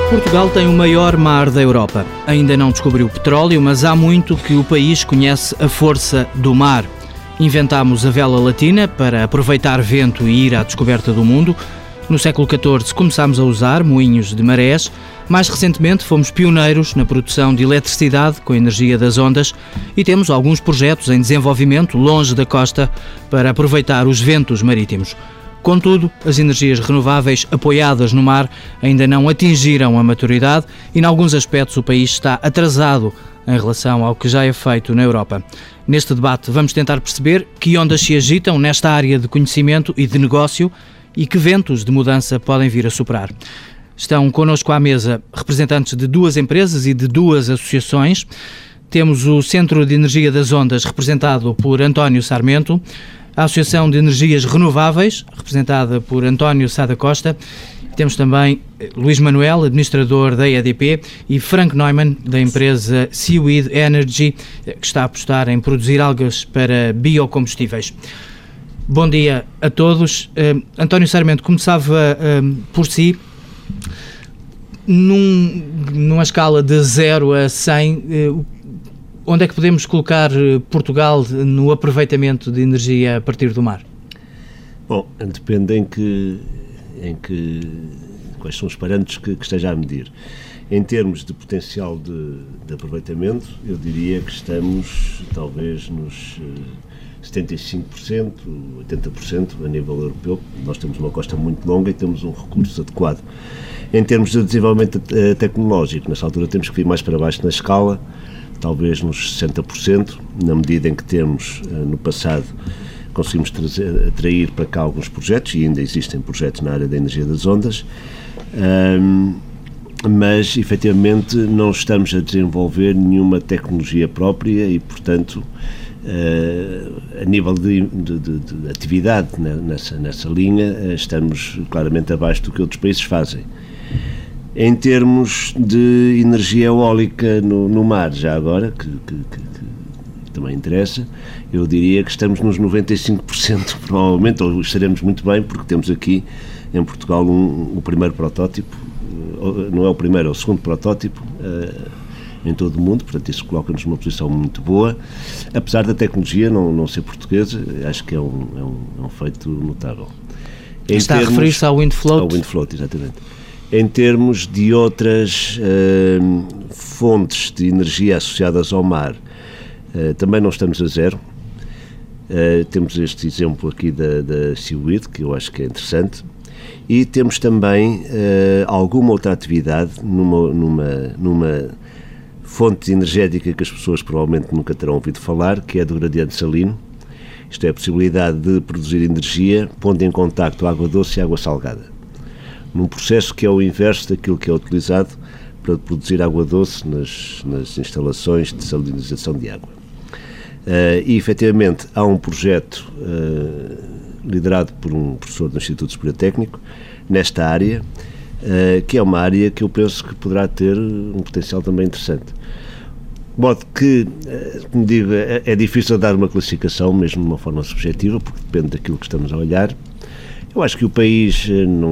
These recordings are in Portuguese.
Portugal tem o maior mar da Europa. Ainda não descobriu petróleo, mas há muito que o país conhece a força do mar. Inventámos a vela latina para aproveitar vento e ir à descoberta do mundo. No século XIV começámos a usar moinhos de marés. Mais recentemente fomos pioneiros na produção de eletricidade com a energia das ondas e temos alguns projetos em desenvolvimento longe da costa para aproveitar os ventos marítimos. Contudo, as energias renováveis apoiadas no mar ainda não atingiram a maturidade e, em alguns aspectos, o país está atrasado em relação ao que já é feito na Europa. Neste debate vamos tentar perceber que ondas se agitam nesta área de conhecimento e de negócio e que ventos de mudança podem vir a soprar. Estão connosco à mesa representantes de duas empresas e de duas associações. Temos o Centro de Energia das Ondas, representado por António Sarmento, a Associação de Energias Renováveis, representada por António Sá da Costa. Temos também Luís Manuel, administrador da EDP, e Frank Neumann, da empresa Seaweed Energy, que está a apostar em produzir algas para biocombustíveis. Bom dia a todos. António Sarmento, começava por si. Numa escala de 0 a 100, onde é que podemos colocar Portugal no aproveitamento de energia a partir do mar? Bom, depende quais são os parâmetros que esteja a medir. Em termos de potencial de aproveitamento, eu diria que estamos talvez nos 75%, 80% a nível europeu. Nós temos uma costa muito longa e temos um recurso adequado. Em termos de desenvolvimento tecnológico, nessa altura temos que ir mais para baixo na escala, talvez nos 60%, na medida em que temos, no passado, conseguimos atrair para cá alguns projetos, e ainda existem projetos na área da energia das ondas, mas, efetivamente, não estamos a desenvolver nenhuma tecnologia própria e, portanto, a nível de atividade nessa linha, estamos claramente abaixo do que outros países fazem. Em termos de energia eólica no mar, já agora, que também interessa, eu diria que estamos nos 95%, provavelmente, ou estaremos muito bem, porque temos aqui em Portugal o primeiro protótipo, não é o primeiro, é o segundo protótipo em todo o mundo, portanto isso coloca-nos numa posição muito boa, apesar da tecnologia não ser portuguesa, acho que é um feito notável. Está a referir-se ao Windfloat? Ao Windfloat, exatamente. Em termos de outras fontes de energia associadas ao mar, também não estamos a zero. Temos este exemplo aqui da Seaweed, que eu acho que é interessante, e temos também alguma outra atividade numa fonte energética que as pessoas provavelmente nunca terão ouvido falar, que é do gradiente salino. Isto é a possibilidade de produzir energia pondo em contacto água doce e água salgada, num processo que é o inverso daquilo que é utilizado para produzir água doce nas instalações de salinização de água. E, efetivamente, há um projeto liderado por um professor do Instituto Superior Técnico nesta área, que é uma área que eu penso que poderá ter um potencial também interessante. De modo que, como digo, é difícil dar uma classificação, mesmo de uma forma subjetiva, porque depende daquilo que estamos a olhar. Eu acho que o país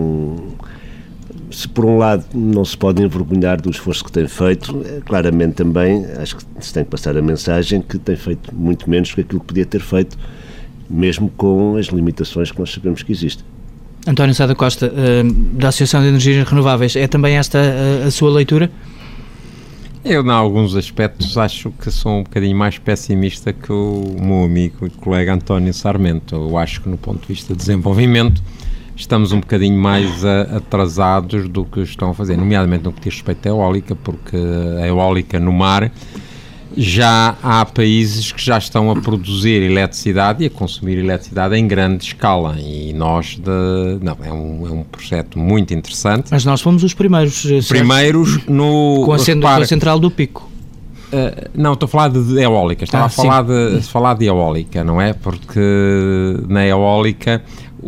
se por um lado não se pode envergonhar do esforço que tem feito, claramente também acho que se tem que passar a mensagem que tem feito muito menos do que aquilo que podia ter feito, mesmo com as limitações que nós sabemos que existem. António Sá da Costa, da Associação de Energias Renováveis, é também esta a sua leitura? Eu, em alguns aspectos, acho que sou um bocadinho mais pessimista que o meu amigo e colega António Sarmento. Eu acho que, no ponto de vista de desenvolvimento, estamos um bocadinho mais atrasados do que estão a fazer, nomeadamente no que diz respeito à eólica, porque a eólica no mar, já há países que já estão a produzir eletricidade e a consumir eletricidade em grande escala, e nós, é um projeto muito interessante. Mas nós fomos os primeiros. Com a central do Pico. Não, estou a falar de eólica, estava a falar de eólica, não é? Porque na eólica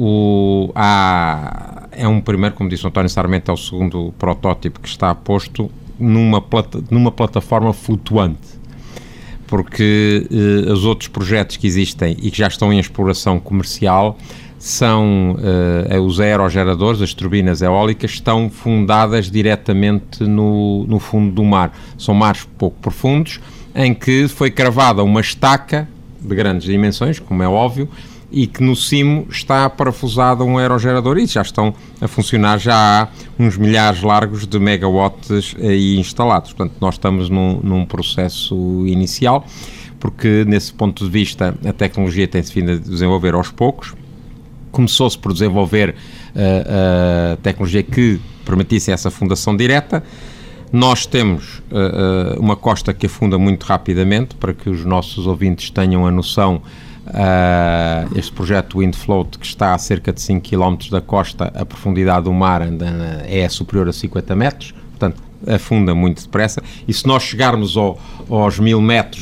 é um primeiro, como disse o António Sarmento, é o segundo protótipo que está posto numa plataforma flutuante, porque os outros projetos que existem e que já estão em exploração comercial são os aerogeradores, as turbinas eólicas, estão fundadas diretamente no fundo do mar. São mares pouco profundos, em que foi cravada uma estaca de grandes dimensões, como é óbvio, e que no cimo está parafusado um aerogerador e já estão a funcionar, já há uns milhares largos de megawatts aí instalados. Portanto, nós estamos num processo inicial, porque nesse ponto de vista a tecnologia tem-se vindo a desenvolver aos poucos. Começou-se por desenvolver a tecnologia que permitisse essa fundação direta. Nós temos uma costa que afunda muito rapidamente, para que os nossos ouvintes tenham a noção. Este projeto Windfloat, que está a cerca de 5 km da costa, a profundidade do mar é superior a 50 metros, portanto afunda muito depressa, e se nós chegarmos aos 1000 metros,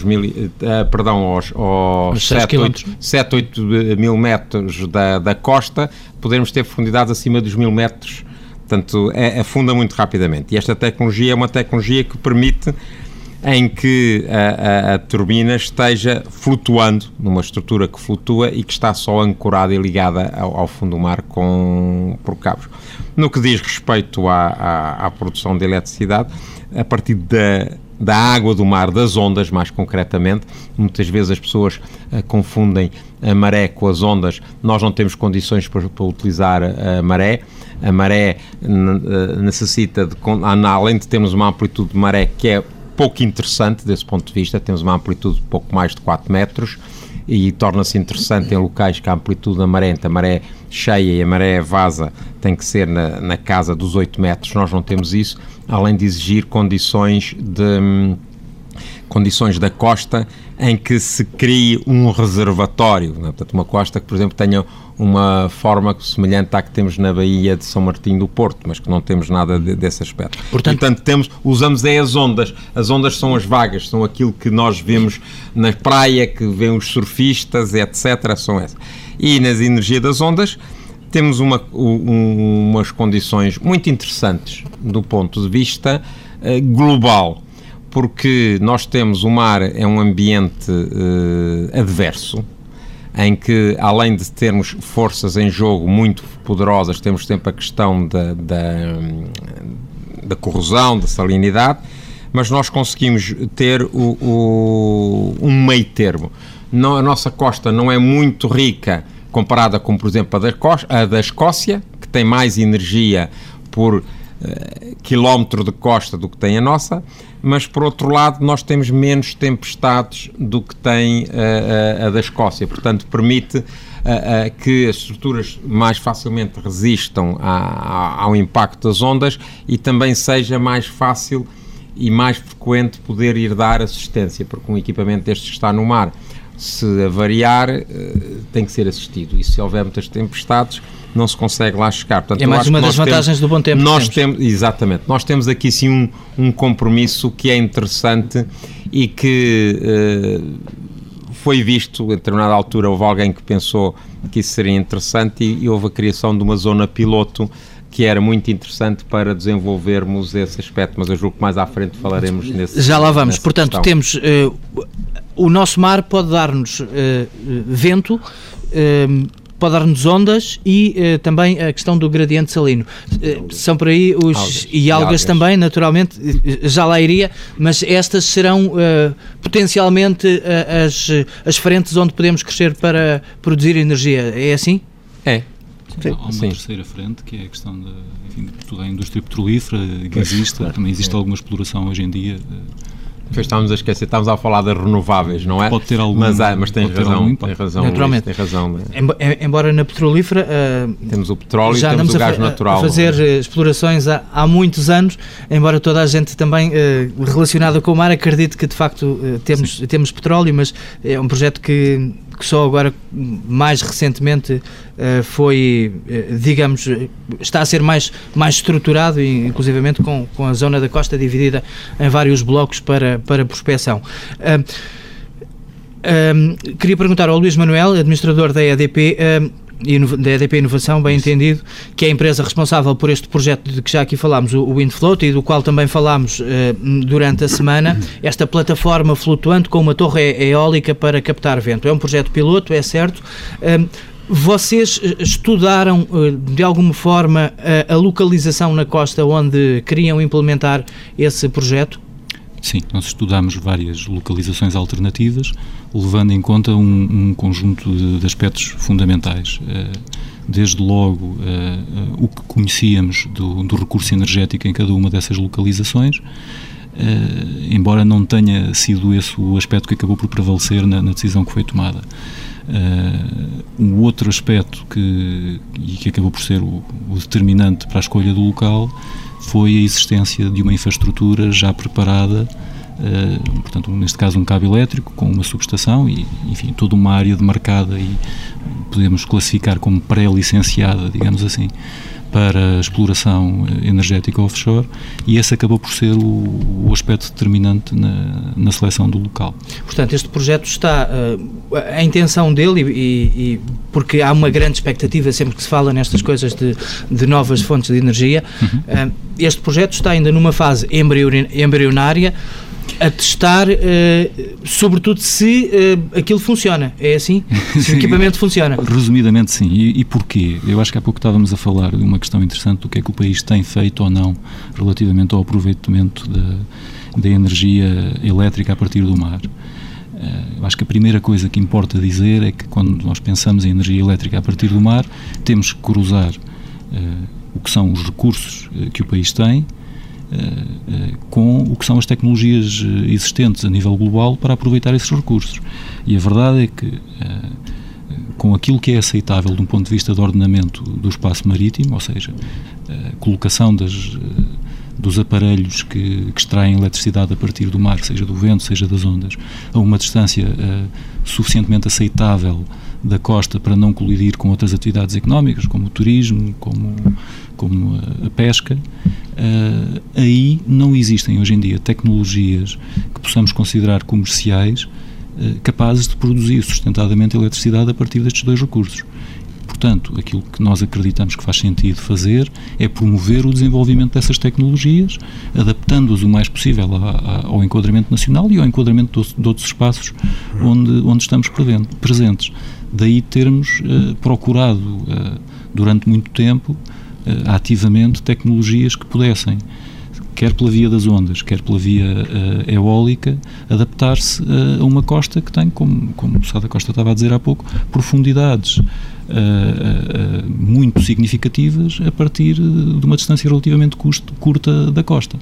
aos 7, 8 mil metros da costa, poderemos ter profundidades acima dos 1000 metros, portanto afunda muito rapidamente, e esta tecnologia é uma tecnologia que permite em que a turbina esteja flutuando, numa estrutura que flutua e que está só ancorada e ligada ao fundo do mar por cabos. No que diz respeito à produção de eletricidade, a partir da água do mar, das ondas, mais concretamente, muitas vezes as pessoas confundem a maré com as ondas. Nós não temos condições para utilizar a maré. A maré necessita, além de termos uma amplitude de maré que é pouco interessante desse ponto de vista, temos uma amplitude de pouco mais de 4 metros e torna-se interessante em locais que a amplitude da maré, entre a maré cheia e a maré vasa, tem que ser na casa dos 8 metros. Nós não temos isso, além de exigir condições da costa em que se crie um reservatório, não é? Portanto, uma costa que, por exemplo, tenha uma forma semelhante à que temos na Baía de São Martinho do Porto, mas que não temos nada desse aspecto. Portanto usamos as ondas. As ondas são as vagas, são aquilo que nós vemos na praia, que vêem os surfistas, etc. São essas. E nas energias das ondas temos umas condições muito interessantes do ponto de vista global, porque nós temos o mar, é um ambiente adverso, em que, além de termos forças em jogo muito poderosas, temos sempre a questão da corrosão, da salinidade, mas nós conseguimos ter um meio termo. A nossa costa não é muito rica comparada com, por exemplo, a da Escócia, que tem mais energia por quilómetro de costa do que tem a nossa, mas por outro lado nós temos menos tempestades do que tem a da Escócia, portanto permite que as estruturas mais facilmente resistam ao impacto das ondas e também seja mais fácil e mais frequente poder ir dar assistência, porque um equipamento destes que está no mar, se avariar, tem que ser assistido, e se houver muitas tempestades não se consegue lá chegar. Portanto, é mais uma das vantagens do bom tempo que temos. Exatamente. Nós temos aqui sim um compromisso que é interessante e que foi visto, em determinada altura houve alguém que pensou que isso seria interessante e houve a criação de uma zona piloto que era muito interessante para desenvolvermos esse aspecto, mas eu julgo que mais à frente falaremos nesse. Já lá vamos. Portanto, temos o nosso mar pode dar-nos vento, pode dar-nos ondas e também a questão do gradiente salino. São por aí algas também, naturalmente, já lá iria, mas estas serão potencialmente as frentes onde podemos crescer para produzir energia. É assim? É. Há uma terceira frente, que é a questão de toda a indústria petrolífera que existe. Também existe alguma exploração hoje em dia. Estávamos a esquecer, estávamos a falar das renováveis, não é? Pode ter algum, mas tem razão, naturalmente. Tem razão. Embora na petrolífera temos o petróleo e temos o gás natural. A fazer explorações há muitos anos, embora toda a gente também relacionada com o mar acredite que de facto temos petróleo, mas é um projeto que só agora, mais recentemente, foi, digamos, está a ser mais estruturado, inclusivamente com a zona da costa dividida em vários blocos para prospeção. Queria perguntar ao Luís Manuel, administrador da EDP, da EDP Inovação, bem entendido, que é a empresa responsável por este projeto de que já aqui falámos, o Windfloat, e do qual também falámos durante a semana, esta plataforma flutuante com uma torre eólica para captar vento. É um projeto piloto, é certo. Vocês estudaram de alguma forma a localização na costa onde queriam implementar esse projeto? Sim, nós estudámos várias localizações alternativas, levando em conta um conjunto de aspectos fundamentais. Desde logo, o que conhecíamos do recurso energético em cada uma dessas localizações, embora não tenha sido esse o aspecto que acabou por prevalecer na decisão que foi tomada. Um outro aspecto que acabou por ser o determinante para a escolha do local foi a existência de uma infraestrutura já preparada, portanto, neste caso um cabo elétrico com uma subestação e, enfim, toda uma área demarcada e podemos classificar como pré-licenciada, digamos assim, para a exploração energética offshore, e esse acabou por ser o aspecto determinante na seleção do local. Portanto, este projeto está, a intenção dele, e porque há uma grande expectativa sempre que se fala nestas coisas de novas fontes de energia, este projeto está ainda numa fase embrionária, a testar, sobretudo se aquilo funciona, é assim? Se o equipamento funciona. Resumidamente sim, e porquê? Eu acho que há pouco estávamos a falar de uma questão interessante do que é que o país tem feito ou não relativamente ao aproveitamento da energia elétrica a partir do mar. Eu acho que a primeira coisa que importa dizer é que quando nós pensamos em energia elétrica a partir do mar, temos que cruzar o que são os recursos que o país tem com o que são as tecnologias existentes a nível global para aproveitar esses recursos. E a verdade é que com aquilo que é aceitável de um ponto de vista de ordenamento do espaço marítimo, ou seja, a colocação dos aparelhos que extraem eletricidade a partir do mar, seja do vento, seja das ondas, a uma distância suficientemente aceitável da costa para não colidir com outras atividades económicas, como o turismo, como a pesca, aí não existem hoje em dia tecnologias que possamos considerar comerciais capazes de produzir sustentadamente eletricidade a partir destes dois recursos. Portanto, aquilo que nós acreditamos que faz sentido fazer é promover o desenvolvimento dessas tecnologias, adaptando-as o mais possível ao enquadramento nacional e ao enquadramento de outros espaços onde estamos presentes. Daí termos procurado durante muito tempo ativamente tecnologias que pudessem, quer pela via das ondas, quer pela via eólica, adaptar-se a uma costa que tem, como o Sá da Costa estava a dizer há pouco, profundidades muito significativas a partir de uma distância relativamente curta da costa.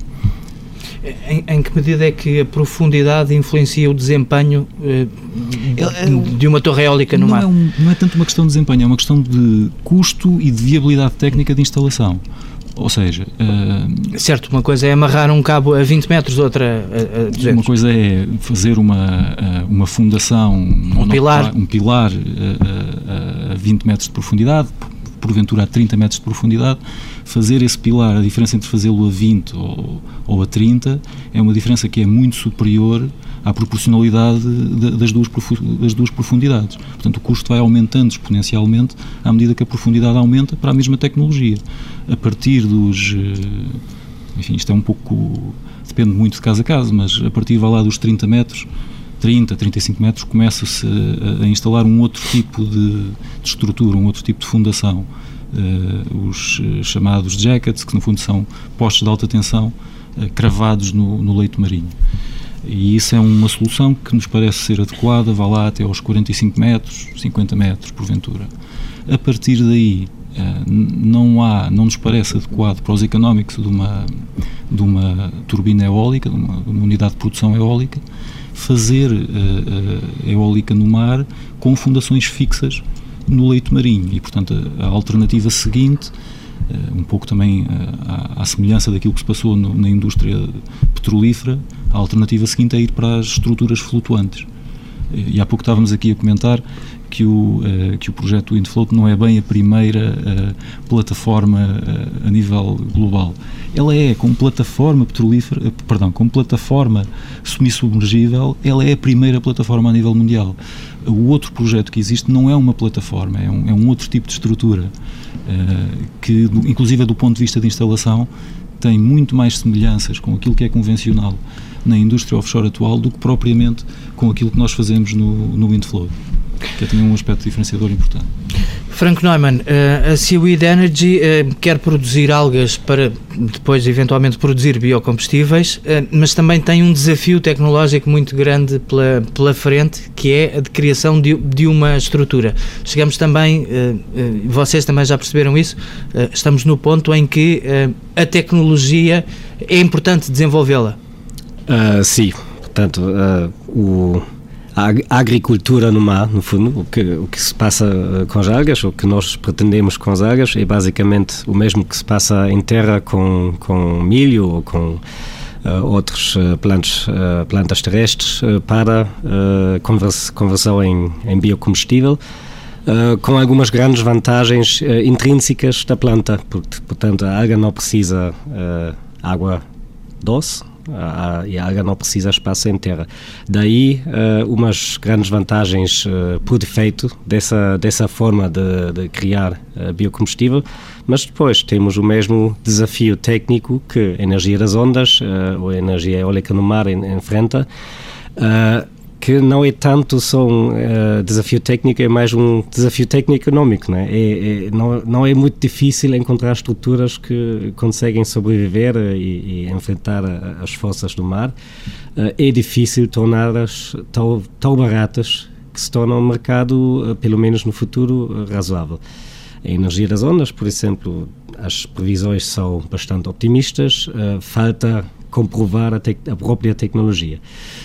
Em que medida é que a profundidade influencia o desempenho de uma torre eólica no mar? Não é tanto uma questão de desempenho, é uma questão de custo e de viabilidade técnica de instalação. Ou seja... certo, uma coisa é amarrar um cabo a 20 metros, outra a 200. Uma coisa é fazer uma fundação, um pilar a 20 metros de profundidade, porventura a 30 metros de profundidade. Fazer esse pilar, a diferença entre fazê-lo a 20 ou a 30, é uma diferença que é muito superior à proporcionalidade das duas profundidades. Portanto, o custo vai aumentando exponencialmente à medida que a profundidade aumenta para a mesma tecnologia. A partir dos... enfim, isto é um pouco... depende muito de caso a caso, mas a partir, vai lá, dos 30 metros, 30, 35 metros, começa-se a instalar um outro tipo de estrutura, um outro tipo de fundação. Os chamados jackets, que no fundo são postes de alta tensão cravados no leito marinho. E isso é uma solução que nos parece ser adequada, vá lá até aos 45 metros, 50 metros, porventura. A partir daí, não nos parece adequado para os económicos de uma turbina eólica, de uma unidade de produção eólica, fazer eólica no mar com fundações fixas no leito marinho. E, portanto, a alternativa seguinte, um pouco também à semelhança daquilo que se passou na indústria petrolífera, a alternativa seguinte é ir para as estruturas flutuantes. E há pouco estávamos aqui a comentar que o projeto Windfloat não é bem a primeira plataforma a nível global. Ela é, como plataforma petrolífera, como plataforma semissubmergível, ela é a primeira plataforma a nível mundial. O outro projeto que existe não é uma plataforma, é um outro tipo de estrutura, que, inclusive do ponto de vista de instalação, tem muito mais semelhanças com aquilo que é convencional na indústria offshore atual do que propriamente com aquilo que nós fazemos no Windfloat, que é também um aspecto diferenciador importante. Franco Neumann, a Seaweed Energy quer produzir algas para depois eventualmente produzir biocombustíveis, mas também tem um desafio tecnológico muito grande pela frente, que é a de criação de uma estrutura. Chegamos também, vocês também já perceberam isso, estamos no ponto em que a tecnologia é importante desenvolvê-la. Sim, portanto, a agricultura no mar, no fundo, o que se passa com as algas, o que nós pretendemos com as algas, é basicamente o mesmo que se passa em terra com milho ou com outras plantas terrestres para conversão em biocombustível, com algumas grandes vantagens intrínsecas da planta. Portanto, a alga não precisa água doce, e a alga não precisa espaço em terra. Daí umas grandes vantagens por defeito dessa forma de criar biocombustível, mas depois temos o mesmo desafio técnico que a energia das ondas ou a energia eólica no mar enfrenta, que não é tanto só um desafio técnico, é mais um desafio técnico-económico, né? Não é muito difícil encontrar estruturas que conseguem sobreviver e enfrentar as forças do mar. É difícil torná-las tão baratas que se tornam um mercado, pelo menos no futuro, razoável. A energia das ondas, por exemplo, as previsões são bastante optimistas, falta comprovar a própria tecnologia.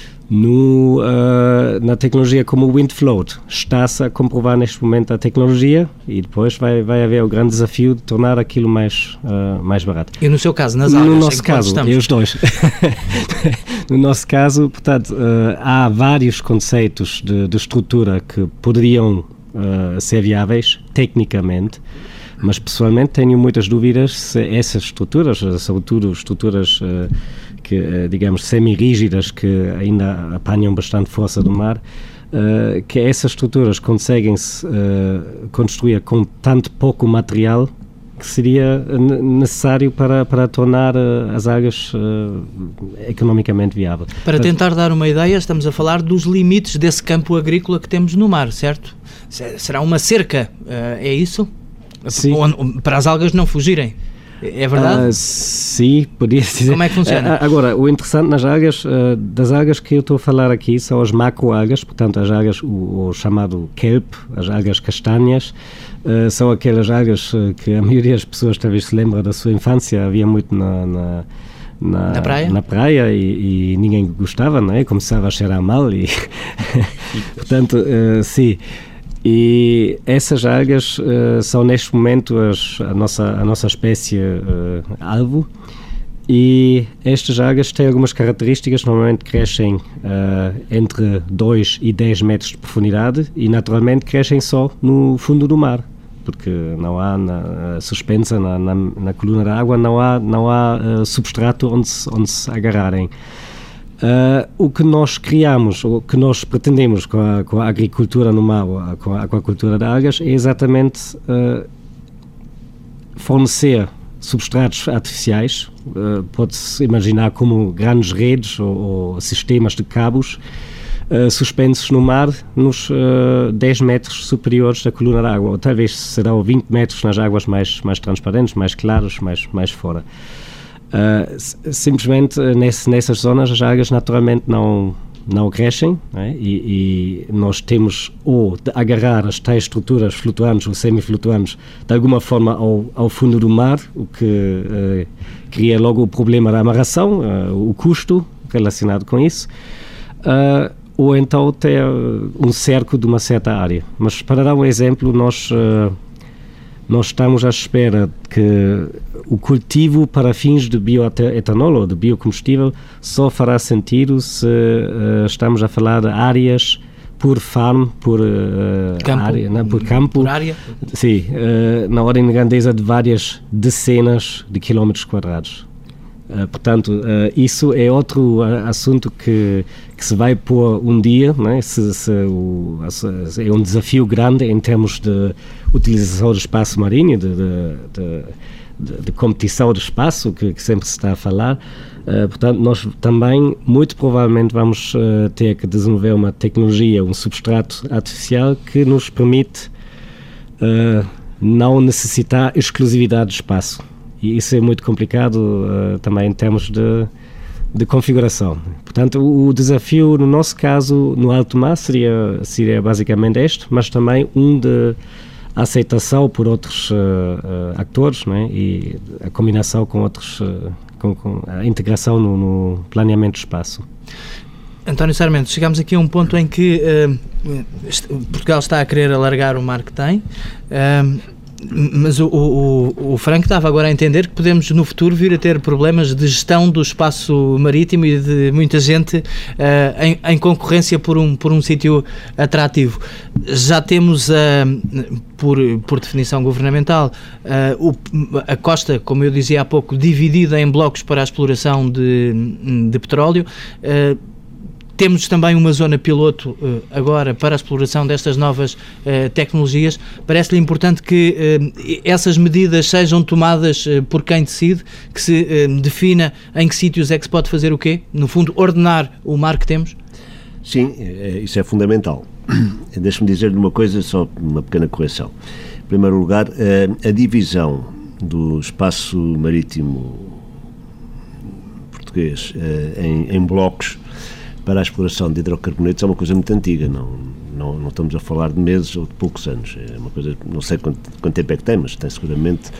Na tecnologia como o Windfloat, está-se a comprovar neste momento a tecnologia e depois vai haver o grande desafio de tornar aquilo mais barato. E no seu caso, nas algas? No nosso caso, e os dois. No nosso caso, portanto, há vários conceitos de estrutura que poderiam ser viáveis tecnicamente, mas pessoalmente tenho muitas dúvidas se essas estruturas, sobretudo estruturas que, digamos, semi-rígidas, que ainda apanham bastante força do mar, que essas estruturas conseguem-se construir com tanto pouco material que seria necessário para tornar as algas economicamente viável. Para tentar dar uma ideia, estamos a falar dos limites desse campo agrícola que temos no mar, certo? Será uma cerca, é isso? Sim. Para as algas não fugirem. É verdade? Sim, podia dizer. Como é que funciona? Agora, o interessante nas algas, das algas que eu estou a falar aqui, são as macroalgas, portanto, as algas, o chamado kelp, as algas castanhas, são aquelas algas que a maioria das pessoas talvez se lembra da sua infância, havia muito na praia e ninguém gostava, não é? Começava a cheirar mal e portanto, sim. E essas algas são neste momento a nossa espécie alvo, e estas algas têm algumas características, normalmente crescem entre 2 e 10 metros de profundidade e naturalmente crescem só no fundo do mar, porque não há suspensa na coluna da água, não há substrato onde se agarrarem. O que nós criamos, o que nós pretendemos com a agricultura no mar, com a aquacultura de algas, é exatamente fornecer substratos artificiais, pode-se imaginar como grandes redes ou sistemas de cabos suspensos no mar nos 10 metros superiores da coluna da água, ou talvez serão 20 metros nas águas mais transparentes, mais claras, mais fora. Simplesmente nessas zonas as algas naturalmente não crescem, né? E nós temos ou de agarrar as tais estruturas flutuantes ou semiflutuantes de alguma forma ao fundo do mar, o que cria logo o problema da amarração, o custo relacionado com isso, ou então ter um cerco de uma certa área. Mas para dar um exemplo, nós estamos à espera que o cultivo para fins de bioetanol ou de biocombustível só fará sentido se estamos a falar de áreas por farm, por campo. Por área? Sim, na ordem de grandeza de várias dezenas de quilómetros quadrados. Portanto, isso é outro assunto que se vai pôr um dia, né? É um desafio grande em termos de utilização do espaço marinho, de competição de espaço, que sempre se está a falar. Portanto, nós também, muito provavelmente, vamos ter que desenvolver uma tecnologia, um substrato artificial que nos permite não necessitar exclusividade de espaço. E isso é muito complicado também em termos de configuração. Portanto, o desafio, no nosso caso, no alto mar, seria basicamente este, mas também de aceitação por outros atores, não é? E a combinação com outros, com a integração no planeamento do espaço. António Sarmento, chegamos aqui a um ponto em que Portugal está a querer alargar o mar que tem, mas o Franco estava agora a entender que podemos no futuro vir a ter problemas de gestão do espaço marítimo e de muita gente em concorrência por um sítio atrativo. Já temos, por definição governamental, a costa, como eu dizia há pouco, dividida em blocos para a exploração de petróleo. Temos também uma zona piloto agora para a exploração destas novas tecnologias. Parece-lhe importante que essas medidas sejam tomadas por quem decide, que se defina em que sítios é que se pode fazer o quê? No fundo, ordenar o mar que temos? Sim, isso é fundamental. Deixe-me dizer-lhe uma coisa, só uma pequena correção. Em primeiro lugar, a divisão do espaço marítimo português em blocos para a exploração de hidrocarbonetos é uma coisa muito antiga, não estamos a falar de meses ou de poucos anos, é uma coisa, não sei quanto tempo é que tem, mas tem seguramente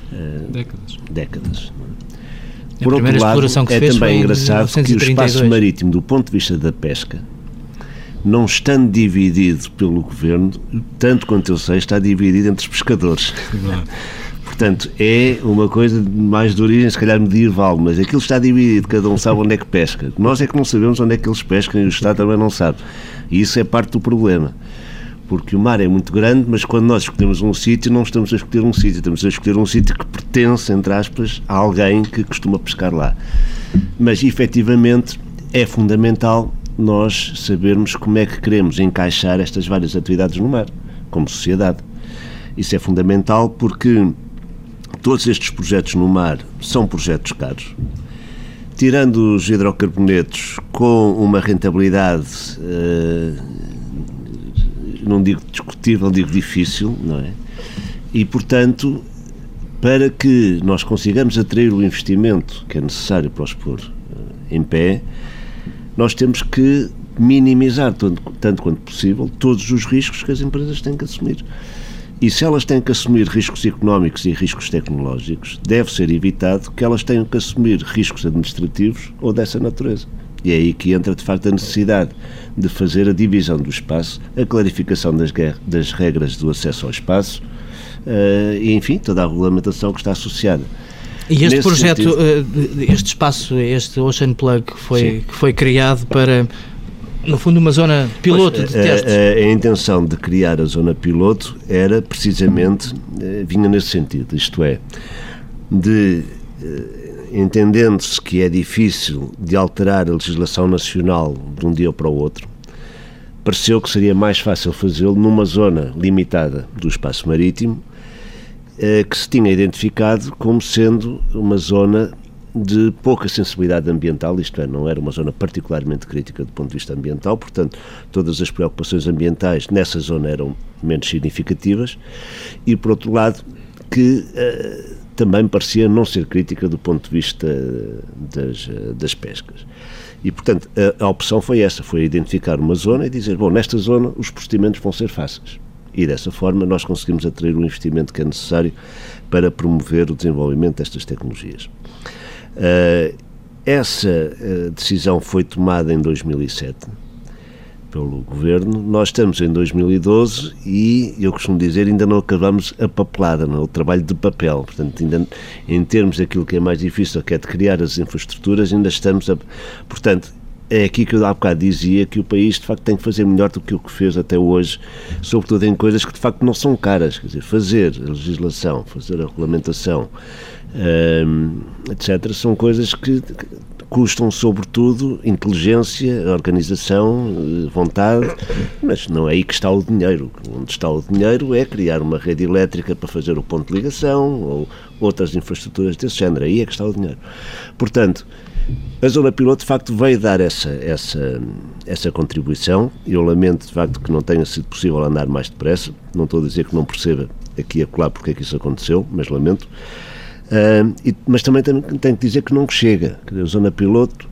décadas. Por outro lado, é também engraçado que o espaço marítimo, do ponto de vista da pesca, não estando dividido pelo governo, tanto quanto eu sei, está dividido entre os pescadores. Portanto, é uma coisa mais de origem, se calhar medieval, mas aquilo está dividido, cada um sabe onde é que pesca. Nós é que não sabemos onde é que eles pescam e o Estado também não sabe. E isso é parte do problema, porque o mar é muito grande, mas quando nós escolhemos um sítio, não estamos a escolher um sítio, estamos a escolher um sítio que pertence, entre aspas, a alguém que costuma pescar lá. Mas, efetivamente, é fundamental nós sabermos como é que queremos encaixar estas várias atividades no mar, como sociedade. Isso é fundamental porque todos estes projetos no mar são projetos caros. Tirando os hidrocarbonetos com uma rentabilidade, não digo discutível, digo difícil, não é? E, portanto, para que nós consigamos atrair o investimento que é necessário para os pôr em pé, nós temos que minimizar, tanto quanto possível, todos os riscos que as empresas têm que assumir. E se elas têm que assumir riscos económicos e riscos tecnológicos, deve ser evitado que elas tenham que assumir riscos administrativos ou dessa natureza. E é aí que entra, de facto, a necessidade de fazer a divisão do espaço, a clarificação das regras do acesso ao espaço e, enfim, toda a regulamentação que está associada. E este projeto, este espaço, este Ocean Plug, que foi criado para, no fundo, uma zona piloto de testes. A intenção de criar a zona piloto era precisamente, vinha nesse sentido, isto é, de, entendendo-se que é difícil de alterar a legislação nacional de um dia para o outro, pareceu que seria mais fácil fazê-lo numa zona limitada do espaço marítimo, que se tinha identificado como sendo uma zona de pouca sensibilidade ambiental, isto é, não era uma zona particularmente crítica do ponto de vista ambiental, portanto, todas as preocupações ambientais nessa zona eram menos significativas, e, por outro lado, que também parecia não ser crítica do ponto de vista das pescas. E, portanto, a opção foi essa, foi identificar uma zona e dizer, bom, nesta zona os procedimentos vão ser fáceis. E dessa forma nós conseguimos atrair o investimento que é necessário para promover o desenvolvimento destas tecnologias. Essa decisão foi tomada em 2007 pelo Governo. Nós estamos em 2012 e, eu costumo dizer, ainda não acabamos a papelada, não é? O trabalho de papel. Portanto, ainda, em termos daquilo que é mais difícil, que é de criar as infraestruturas, ainda estamos a... Portanto, é aqui que eu há bocado dizia que o país, de facto, tem que fazer melhor do que o que fez até hoje, sobretudo em coisas que, de facto, não são caras. Quer dizer, fazer a legislação, fazer a regulamentação, etc., são coisas que custam sobretudo inteligência, organização, vontade, mas não é aí que está o dinheiro. Onde está o dinheiro é criar uma rede elétrica para fazer o ponto de ligação ou outras infraestruturas desse género, aí é que está o dinheiro. Portanto, a zona piloto de facto veio dar essa contribuição. Eu lamento de facto que não tenha sido possível andar mais depressa, não estou a dizer que não perceba aqui e acolá porque é que isso aconteceu, mas lamento. Mas também tenho que dizer que não chega. A zona piloto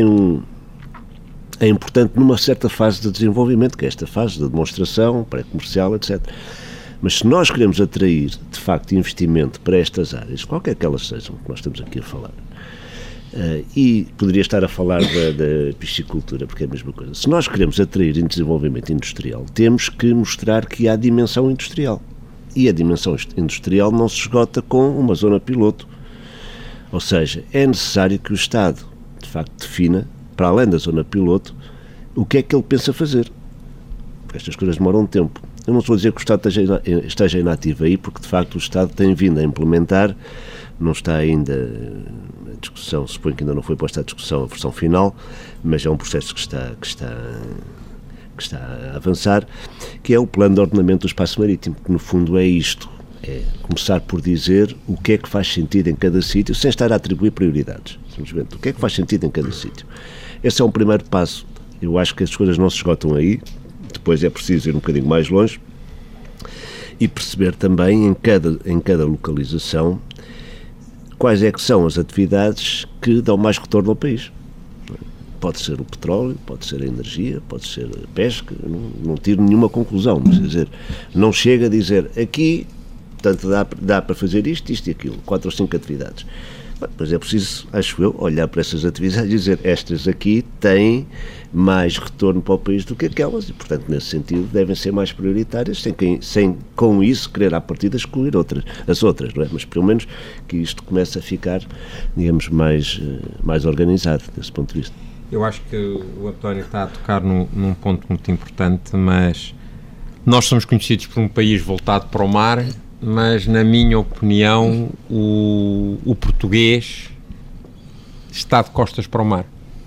é importante numa certa fase de desenvolvimento, que é esta fase de demonstração, pré-comercial, etc. Mas se nós queremos atrair, de facto, investimento para estas áreas, qualquer que elas sejam, que nós estamos aqui a falar, e poderia estar a falar da piscicultura, porque é a mesma coisa. Se nós queremos atrair em desenvolvimento industrial, temos que mostrar que há dimensão industrial. E a dimensão industrial não se esgota com uma zona piloto. Ou seja, é necessário que o Estado, de facto, defina, para além da zona piloto, o que é que ele pensa fazer. Porque estas coisas demoram tempo. Eu não estou a dizer que o Estado esteja inativo aí, porque, de facto, o Estado tem vindo a implementar, não está ainda a discussão, suponho que ainda não foi posta a discussão a versão final, mas é um processo que está a avançar, que é o plano de ordenamento do espaço marítimo, que no fundo é isto, é começar por dizer o que é que faz sentido em cada sítio, sem estar a atribuir prioridades, simplesmente o que é que faz sentido em cada sítio. Esse é um primeiro passo. Eu acho que as coisas não se esgotam aí, depois é preciso ir um bocadinho mais longe e perceber também em cada localização quais é que são as atividades que dão mais retorno ao país. Pode ser o petróleo, pode ser a energia, pode ser a pesca, não tiro nenhuma conclusão, mas quer dizer, não chega a dizer aqui, portanto dá para fazer isto e aquilo, 4 ou 5 atividades. Depois é preciso, acho eu, olhar para essas atividades e dizer estas aqui têm mais retorno para o país do que aquelas e, portanto, nesse sentido, devem ser mais prioritárias, sem com isso querer à partida excluir as outras, não é? Mas pelo menos que isto comece a ficar, digamos, mais organizado desse ponto de vista. Eu acho que o António está a tocar num ponto muito importante, mas nós somos conhecidos por um país voltado para o mar, mas, na minha opinião, o português está de costas para o mar.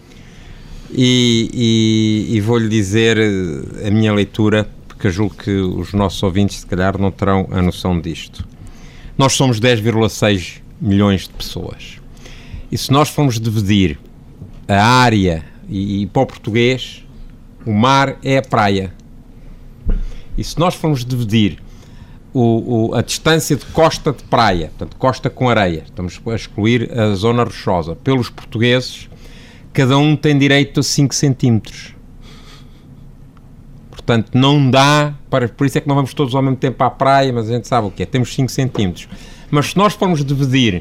E vou-lhe dizer a minha leitura, porque eu julgo que os nossos ouvintes, se calhar, não terão a noção disto. Nós somos 10,6 milhões de pessoas. E se nós formos dividir a área, e para o português, o mar é a praia. E se nós formos dividir a distância de costa de praia, portanto, costa com areia, estamos a excluir a zona rochosa, pelos portugueses, cada um tem direito a 5 centímetros. Portanto, não dá, por isso é que não vamos todos ao mesmo tempo à praia, mas a gente sabe o que é, temos 5 centímetros. Mas se nós formos dividir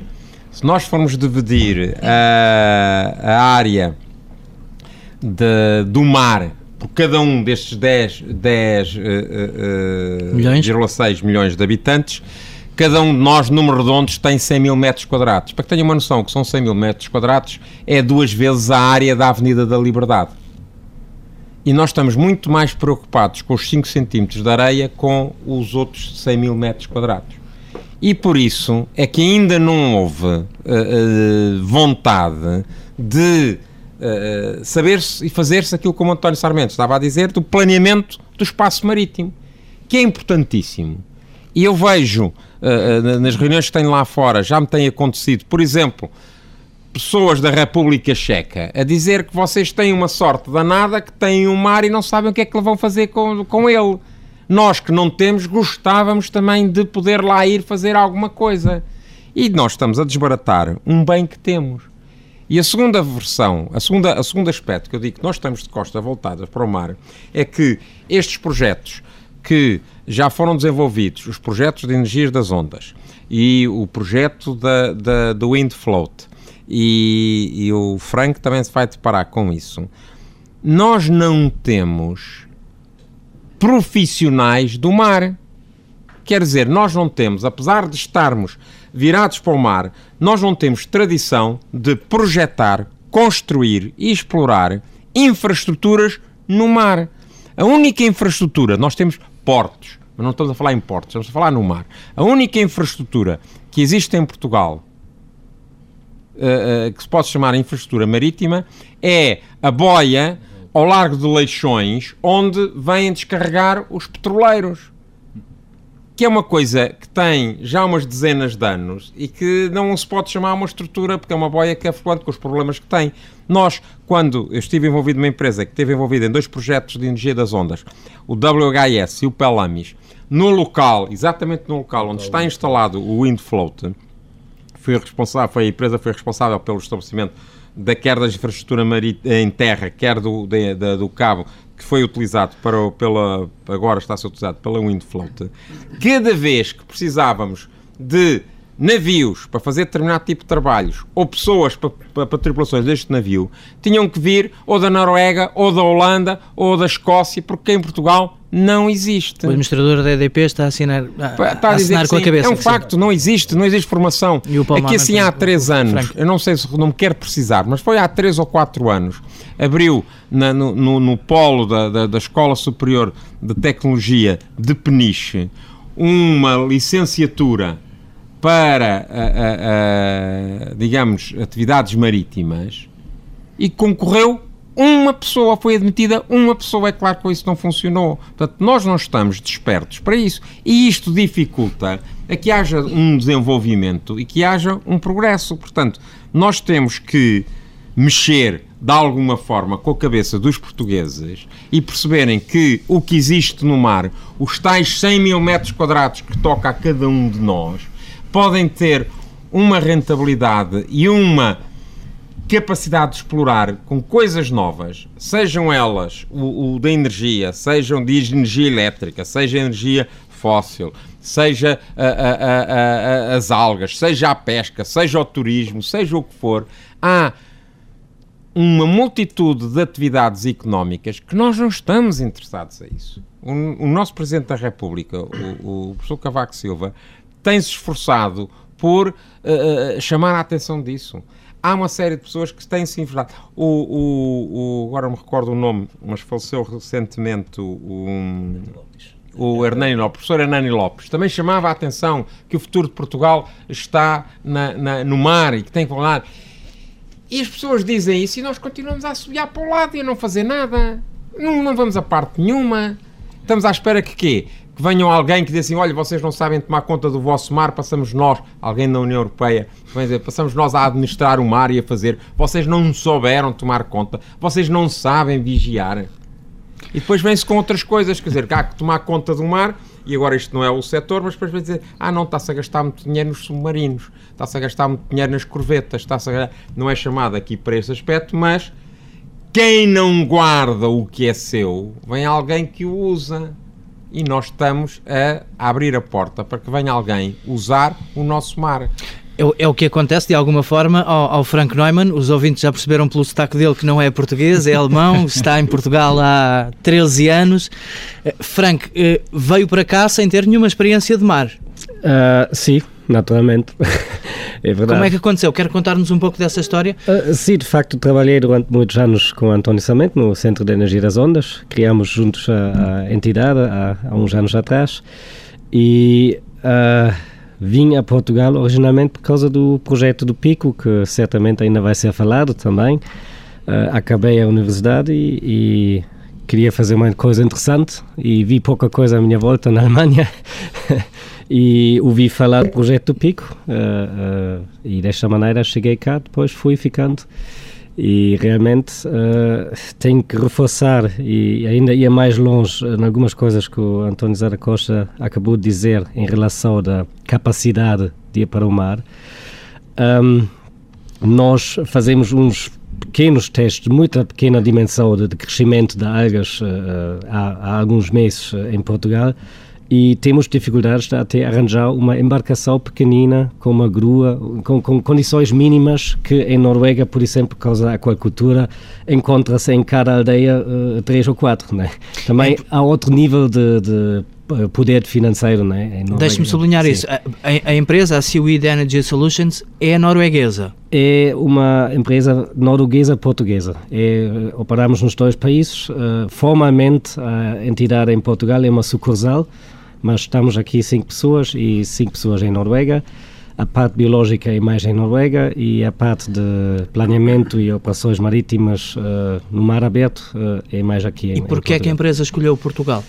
a área do mar por cada um destes 10,6 milhões de habitantes, cada um de nós, número redondos, tem 100 mil metros quadrados. Para que tenham uma noção, que são 100 mil metros quadrados, é 2 vezes a área da Avenida da Liberdade. E nós estamos muito mais preocupados com os 5 centímetros de areia com os outros 100 mil metros quadrados. E por isso é que ainda não houve vontade de saber-se e fazer-se aquilo como o António Sarmento estava a dizer, do planeamento do espaço marítimo, que é importantíssimo. E eu vejo, nas reuniões que tenho lá fora, já me tem acontecido, por exemplo, pessoas da República Checa a dizer que vocês têm uma sorte danada, que têm um mar e não sabem o que é que vão fazer com ele. Nós que não temos, gostávamos também de poder lá ir fazer alguma coisa. E nós estamos a desbaratar um bem que temos. E a segunda versão, o segundo aspecto que eu digo que nós estamos de costa voltada para o mar, é que estes projetos que já foram desenvolvidos, os projetos de energias das ondas e o projeto do Wind Float, e o Frank também se vai deparar com isso, nós não temos profissionais do mar. Quer dizer, nós não temos, apesar de estarmos virados para o mar, nós não temos tradição de projetar, construir e explorar infraestruturas no mar. A única infraestrutura, nós temos portos, mas não estamos a falar em portos, estamos a falar no mar. A única infraestrutura que existe em Portugal que se pode chamar infraestrutura marítima é a boia ao largo de Leixões, onde vêm descarregar os petroleiros, que é uma coisa que tem já umas dezenas de anos e que não se pode chamar uma estrutura, porque é uma boia que é flutuante com os problemas que tem. Nós, quando eu estive envolvido numa empresa que esteve envolvida em 2 projetos de energia das ondas, o WHS e o Pelamis, no local, exatamente no local onde está instalado o Windfloat, a empresa foi responsável pelo estabelecimento quer da infraestrutura em terra, quer do cabo, que foi utilizado agora está a ser utilizado pela Windfloat. Cada vez que precisávamos de navios para fazer determinado tipo de trabalhos, ou pessoas para tripulações deste navio, tinham que vir ou da Noruega, ou da Holanda, ou da Escócia, porque em Portugal não existe. O administrador da EDP está a assinar com a cabeça. É um facto, não existe formação. Aqui assim há 3 anos, eu não sei se não me quero precisar, mas foi há 3 ou 4 anos, abriu no polo da Escola Superior de Tecnologia de Peniche uma licenciatura para, digamos, atividades marítimas, e concorreu uma pessoa, foi admitida uma pessoa. É claro que isso não funcionou. Portanto, nós não estamos despertos para isso, e isto dificulta a que haja um desenvolvimento e que haja um progresso. Portanto, nós temos que mexer de alguma forma com a cabeça dos portugueses e perceberem que o que existe no mar, os tais 100 mil metros quadrados que toca a cada um de nós, podem ter uma rentabilidade e uma capacidade de explorar com coisas novas, sejam elas o da energia, sejam de energia elétrica, seja energia fóssil, seja as algas, seja a pesca, seja o turismo, seja o que for. Há uma multitude de atividades económicas que nós não estamos interessados a isso. O nosso Presidente da República, o professor Cavaco Silva, tem-se esforçado por chamar a atenção disso. Há uma série de pessoas que têm-se esforçado. Agora não me recordo o nome, mas faleceu recentemente o Hernani Lopes, o professor Hernani Lopes, também chamava a atenção que o futuro de Portugal está no mar e que tem que falar. E as pessoas dizem isso e nós continuamos a assobiar para o lado e a não fazer nada. Não vamos a parte nenhuma. Estamos à espera que quê? Que venham alguém que diz assim, olha, vocês não sabem tomar conta do vosso mar, passamos nós, alguém da União Europeia, vai dizer, passamos nós a administrar o mar e a fazer, vocês não souberam tomar conta, vocês não sabem vigiar. E depois vem-se com outras coisas, quer dizer, que há que tomar conta do mar, e agora isto não é o setor, mas depois vai dizer, não, está-se a gastar muito dinheiro nos submarinos, está-se a gastar muito dinheiro nas corvetas, não é chamado aqui para esse aspecto, mas quem não guarda o que é seu, vem alguém que o usa. E nós estamos a abrir a porta para que venha alguém usar o nosso mar. É o que acontece, de alguma forma, ao Frank Neumann. Os ouvintes já perceberam pelo sotaque dele que não é português, é alemão, está em Portugal há 13 anos. Frank, veio para cá sem ter nenhuma experiência de mar? Sim, naturalmente. É verdade. Como é que aconteceu? Quer contar-nos um pouco dessa história? Sim, de facto, trabalhei durante muitos anos com António Sarmento no Centro de Energia das Ondas. Criámos juntos a entidade há uns anos atrás e vim a Portugal originalmente por causa do projeto do Pico, que certamente ainda vai ser falado também. Acabei a universidade e queria fazer uma coisa interessante e vi pouca coisa à minha volta na Alemanha. E ouvi falar do projeto do Pico e desta maneira cheguei cá, depois fui ficando e realmente tenho que reforçar e ainda ir mais longe em algumas coisas que o António Zara Costa acabou de dizer em relação à capacidade de ir para o mar. Nós fazemos uns pequenos testes de muita pequena dimensão de crescimento de algas há alguns meses em Portugal. E temos dificuldades de até arranjar uma embarcação pequenina com uma grua, com condições mínimas que em Noruega, por exemplo, por causa da aquacultura, encontra-se em cada aldeia 3 ou 4. Né? Também há outro nível de poder financeiro. Né? Deixe-me sublinhar isso. A empresa, a Seaweed Energy Solutions, é norueguesa? É uma empresa norueguesa-portuguesa. Operamos nos 2 países. Formalmente, a entidade em Portugal é uma sucursal, mas estamos aqui 5 pessoas e 5 pessoas em Noruega. A parte biológica é mais em Noruega e a parte de planeamento e operações marítimas no mar aberto é mais aqui em Portugal. E porquê é que a empresa escolheu Portugal?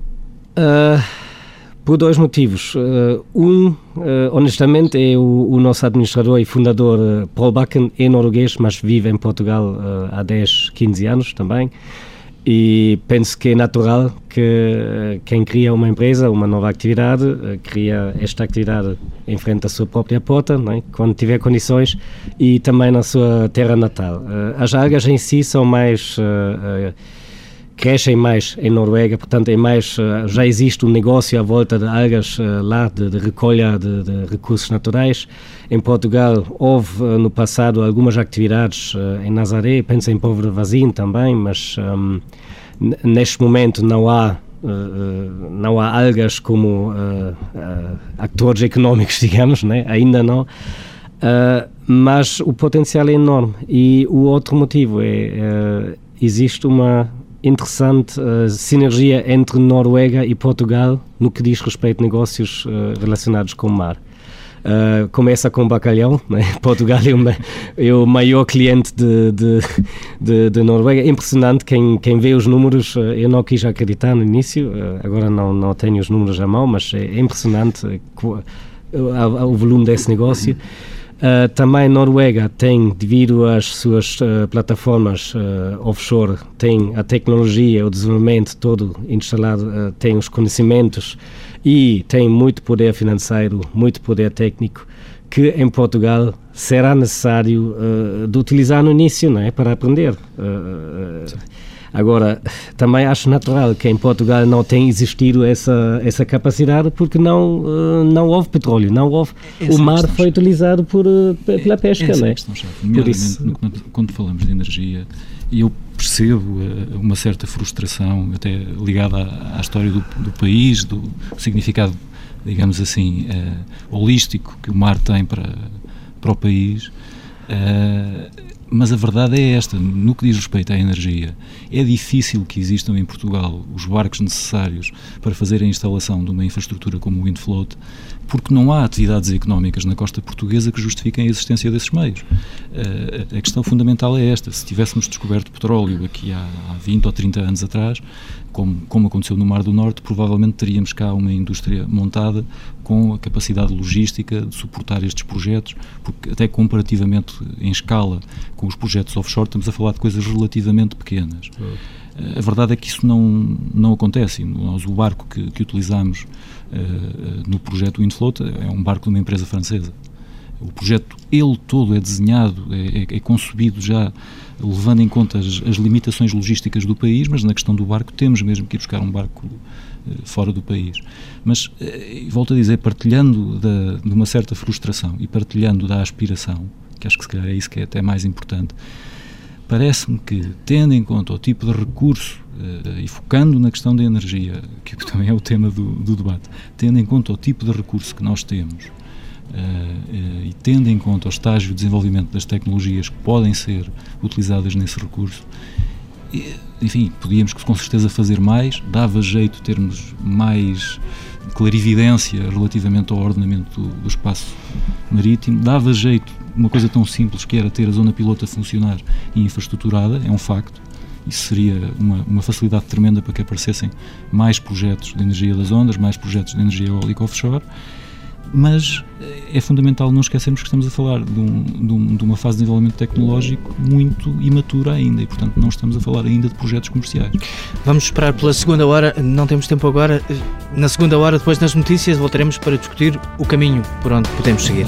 Por 2 motivos. Honestamente, é o nosso administrador e fundador, Paul Bakken, é norueguês, mas vive em Portugal há 10, 15 anos também. E penso que é natural que quem cria uma empresa, uma nova atividade, cria esta atividade em frente à sua própria porta, não é? Quando tiver condições, e também na sua terra natal. As algas em si são mais... crescem mais em Noruega, portanto é mais, já existe um negócio à volta de algas lá, de recolha de recursos naturais. Em Portugal houve no passado algumas atividades em Nazaré, penso em Póvoa de Varzim também, mas neste momento não há algas como atores económicos, digamos, né? Ainda não. Mas o potencial é enorme. E o outro motivo é existe uma interessante sinergia entre Noruega e Portugal no que diz respeito a negócios relacionados com o mar. Começa com bacalhau, né? Portugal é o maior cliente de Noruega. É impressionante quem vê os números. Eu não quis acreditar no início, agora não tenho os números à mão, mas é impressionante o volume desse negócio. Também Noruega tem, devido às suas plataformas offshore, tem a tecnologia, o desenvolvimento todo instalado, tem os conhecimentos e tem muito poder financeiro, muito poder técnico, que em Portugal será necessário de utilizar no início, não é? Para aprender. Agora, também acho natural que em Portugal não tenha existido essa capacidade, porque não houve petróleo, não houve. O mar foi utilizado pela pesca, não é? Por isso, quando falamos de energia, eu percebo uma certa frustração, até ligada à história do país, do significado, digamos assim, holístico que o mar tem para o país. Mas a verdade é esta, no que diz respeito à energia, é difícil que existam em Portugal os barcos necessários para fazer a instalação de uma infraestrutura como o Windfloat, porque não há atividades económicas na costa portuguesa que justifiquem a existência desses meios. A questão fundamental é esta: se tivéssemos descoberto petróleo aqui há 20 ou 30 anos atrás, como aconteceu no Mar do Norte, provavelmente teríamos cá uma indústria montada com a capacidade logística de suportar estes projetos, porque até comparativamente em escala com os projetos offshore estamos a falar de coisas relativamente pequenas. A verdade é que isso não acontece. Nós, o barco que utilizamos no projeto Windfloat é um barco de uma empresa francesa. O projeto, ele todo é desenhado, é concebido já levando em conta as limitações logísticas do país, mas na questão do barco temos mesmo que ir buscar um barco fora do país. Mas, volto a dizer, partilhando de uma certa frustração e partilhando da aspiração, que acho que se calhar é isso que é até mais importante, parece-me que, tendo em conta o tipo de recurso e focando na questão da energia, que também é o tema do debate, tendo em conta o tipo de recurso que nós temos e tendo em conta o estágio de desenvolvimento das tecnologias que podem ser utilizadas nesse recurso, enfim, podíamos com certeza fazer mais, dava jeito termos mais clarividência relativamente ao ordenamento do espaço marítimo, dava jeito uma coisa tão simples que era ter a zona piloto a funcionar e infraestruturada, é um facto. Isso seria uma facilidade tremenda para que aparecessem mais projetos de energia das ondas, mais projetos de energia eólica offshore, mas é fundamental não esquecermos que estamos a falar de uma fase de desenvolvimento tecnológico muito imatura ainda e, portanto, não estamos a falar ainda de projetos comerciais. Vamos esperar pela segunda hora, não temos tempo agora. Na segunda hora, depois das notícias, voltaremos para discutir o caminho por onde podemos seguir.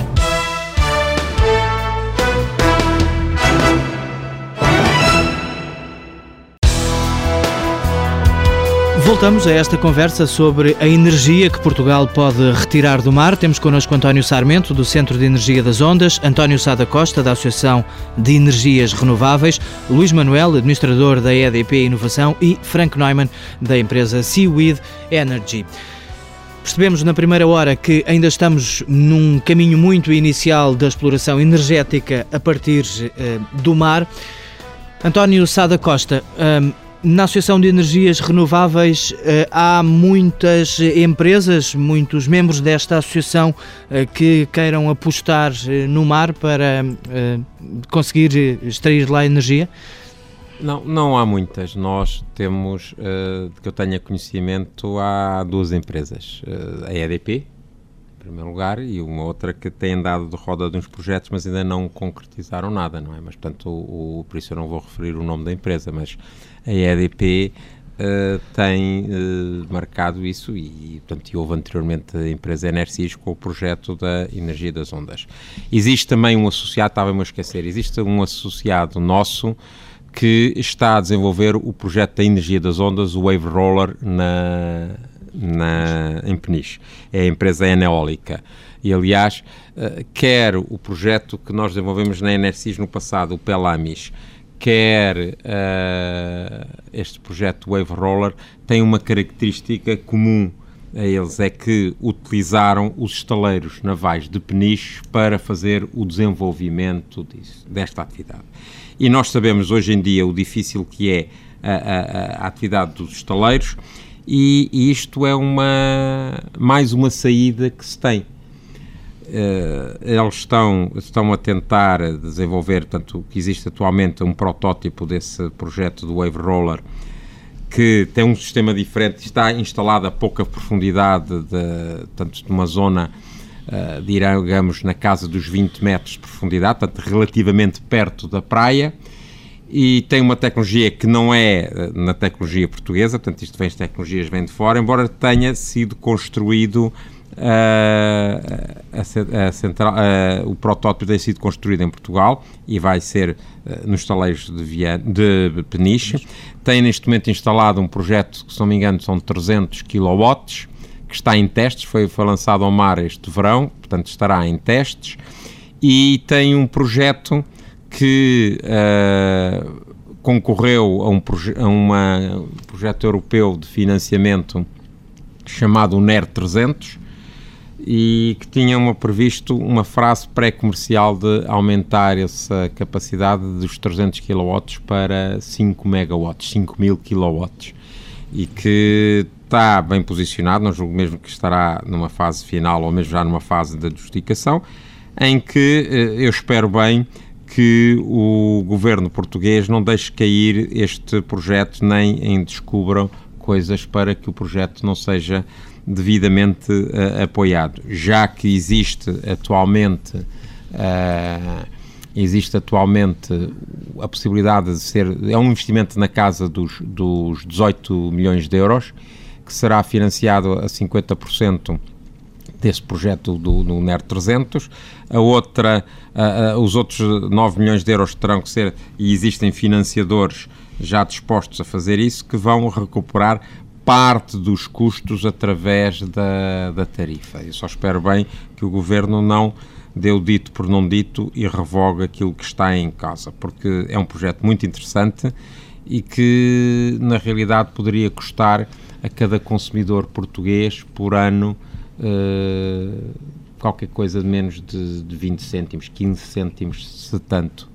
Voltamos a esta conversa sobre a energia que Portugal pode retirar do mar. Temos connosco António Sarmento, do Centro de Energia das Ondas, António Sá da Costa, da Associação de Energias Renováveis, Luís Manuel, administrador da EDP Inovação, e Frank Neumann, da empresa Seaweed Energy. Percebemos na primeira hora que ainda estamos num caminho muito inicial da exploração energética a partir do mar. António Sá da Costa, Na Associação de Energias Renováveis há muitas empresas, muitos membros desta associação que queiram apostar no mar para conseguir extrair lá energia? Não há muitas. Nós temos, de que eu tenha conhecimento, há 2 empresas. A EDP, em primeiro lugar, e uma outra que tem andado de roda de uns projetos, mas ainda não concretizaram nada, não é? Mas, portanto, por isso eu não vou referir o nome da empresa, mas a EDP tem marcado isso e, portanto, houve anteriormente a empresa Enersis com o projeto da energia das ondas. Existe também um associado, estava-me a esquecer, existe um associado nosso que está a desenvolver o projeto da energia das ondas, o Wave Roller, em Peniche. É a empresa Eneólica. E, aliás, quer o projeto que nós desenvolvemos na Enersis no passado, o Pelamis, quer este projeto Wave Roller, tem uma característica comum a eles, é que utilizaram os estaleiros navais de Peniche para fazer o desenvolvimento desta atividade. E nós sabemos hoje em dia o difícil que é a atividade dos estaleiros, e isto é mais uma saída que se tem. Eles estão a tentar desenvolver, portanto, que existe atualmente um protótipo desse projeto do Wave Roller, que tem um sistema diferente, está instalado a pouca profundidade, portanto, numa zona, digamos, na casa dos 20 metros de profundidade, portanto, relativamente perto da praia, e tem uma tecnologia que não é na tecnologia portuguesa, portanto, as tecnologias vêm de fora, embora tenha sido construído o protótipo tem sido construído em Portugal e vai ser nos estaleiros de Peniche. Tem neste momento instalado um projeto que, se não me engano, são 300 kW, que está em testes, foi lançado ao mar este verão, portanto estará em testes, e tem um projeto que concorreu a um projeto europeu de financiamento chamado NER 300, e que tinha previsto uma fase pré-comercial de aumentar essa capacidade dos 300 kW para 5 MW, 5.000 kW, e que está bem posicionado, não julgo mesmo que estará numa fase final ou mesmo já numa fase de adjudicação, em que eu espero bem que o governo português não deixe cair este projeto, nem descubram coisas para que o projeto não seja devidamente apoiado, já que existe atualmente a possibilidade de ser, é um investimento na casa dos 18 milhões de euros, que será financiado a 50% desse projeto do NER 300, os outros 9 milhões de euros terão que ser, e existem financiadores já dispostos a fazer isso, que vão recuperar parte dos custos através da tarifa. Eu só espero bem que o Governo não dê o dito por não dito e revogue aquilo que está em causa, porque é um projeto muito interessante e que, na realidade, poderia custar a cada consumidor português por ano qualquer coisa de menos de 20 cêntimos, 15 cêntimos, se tanto.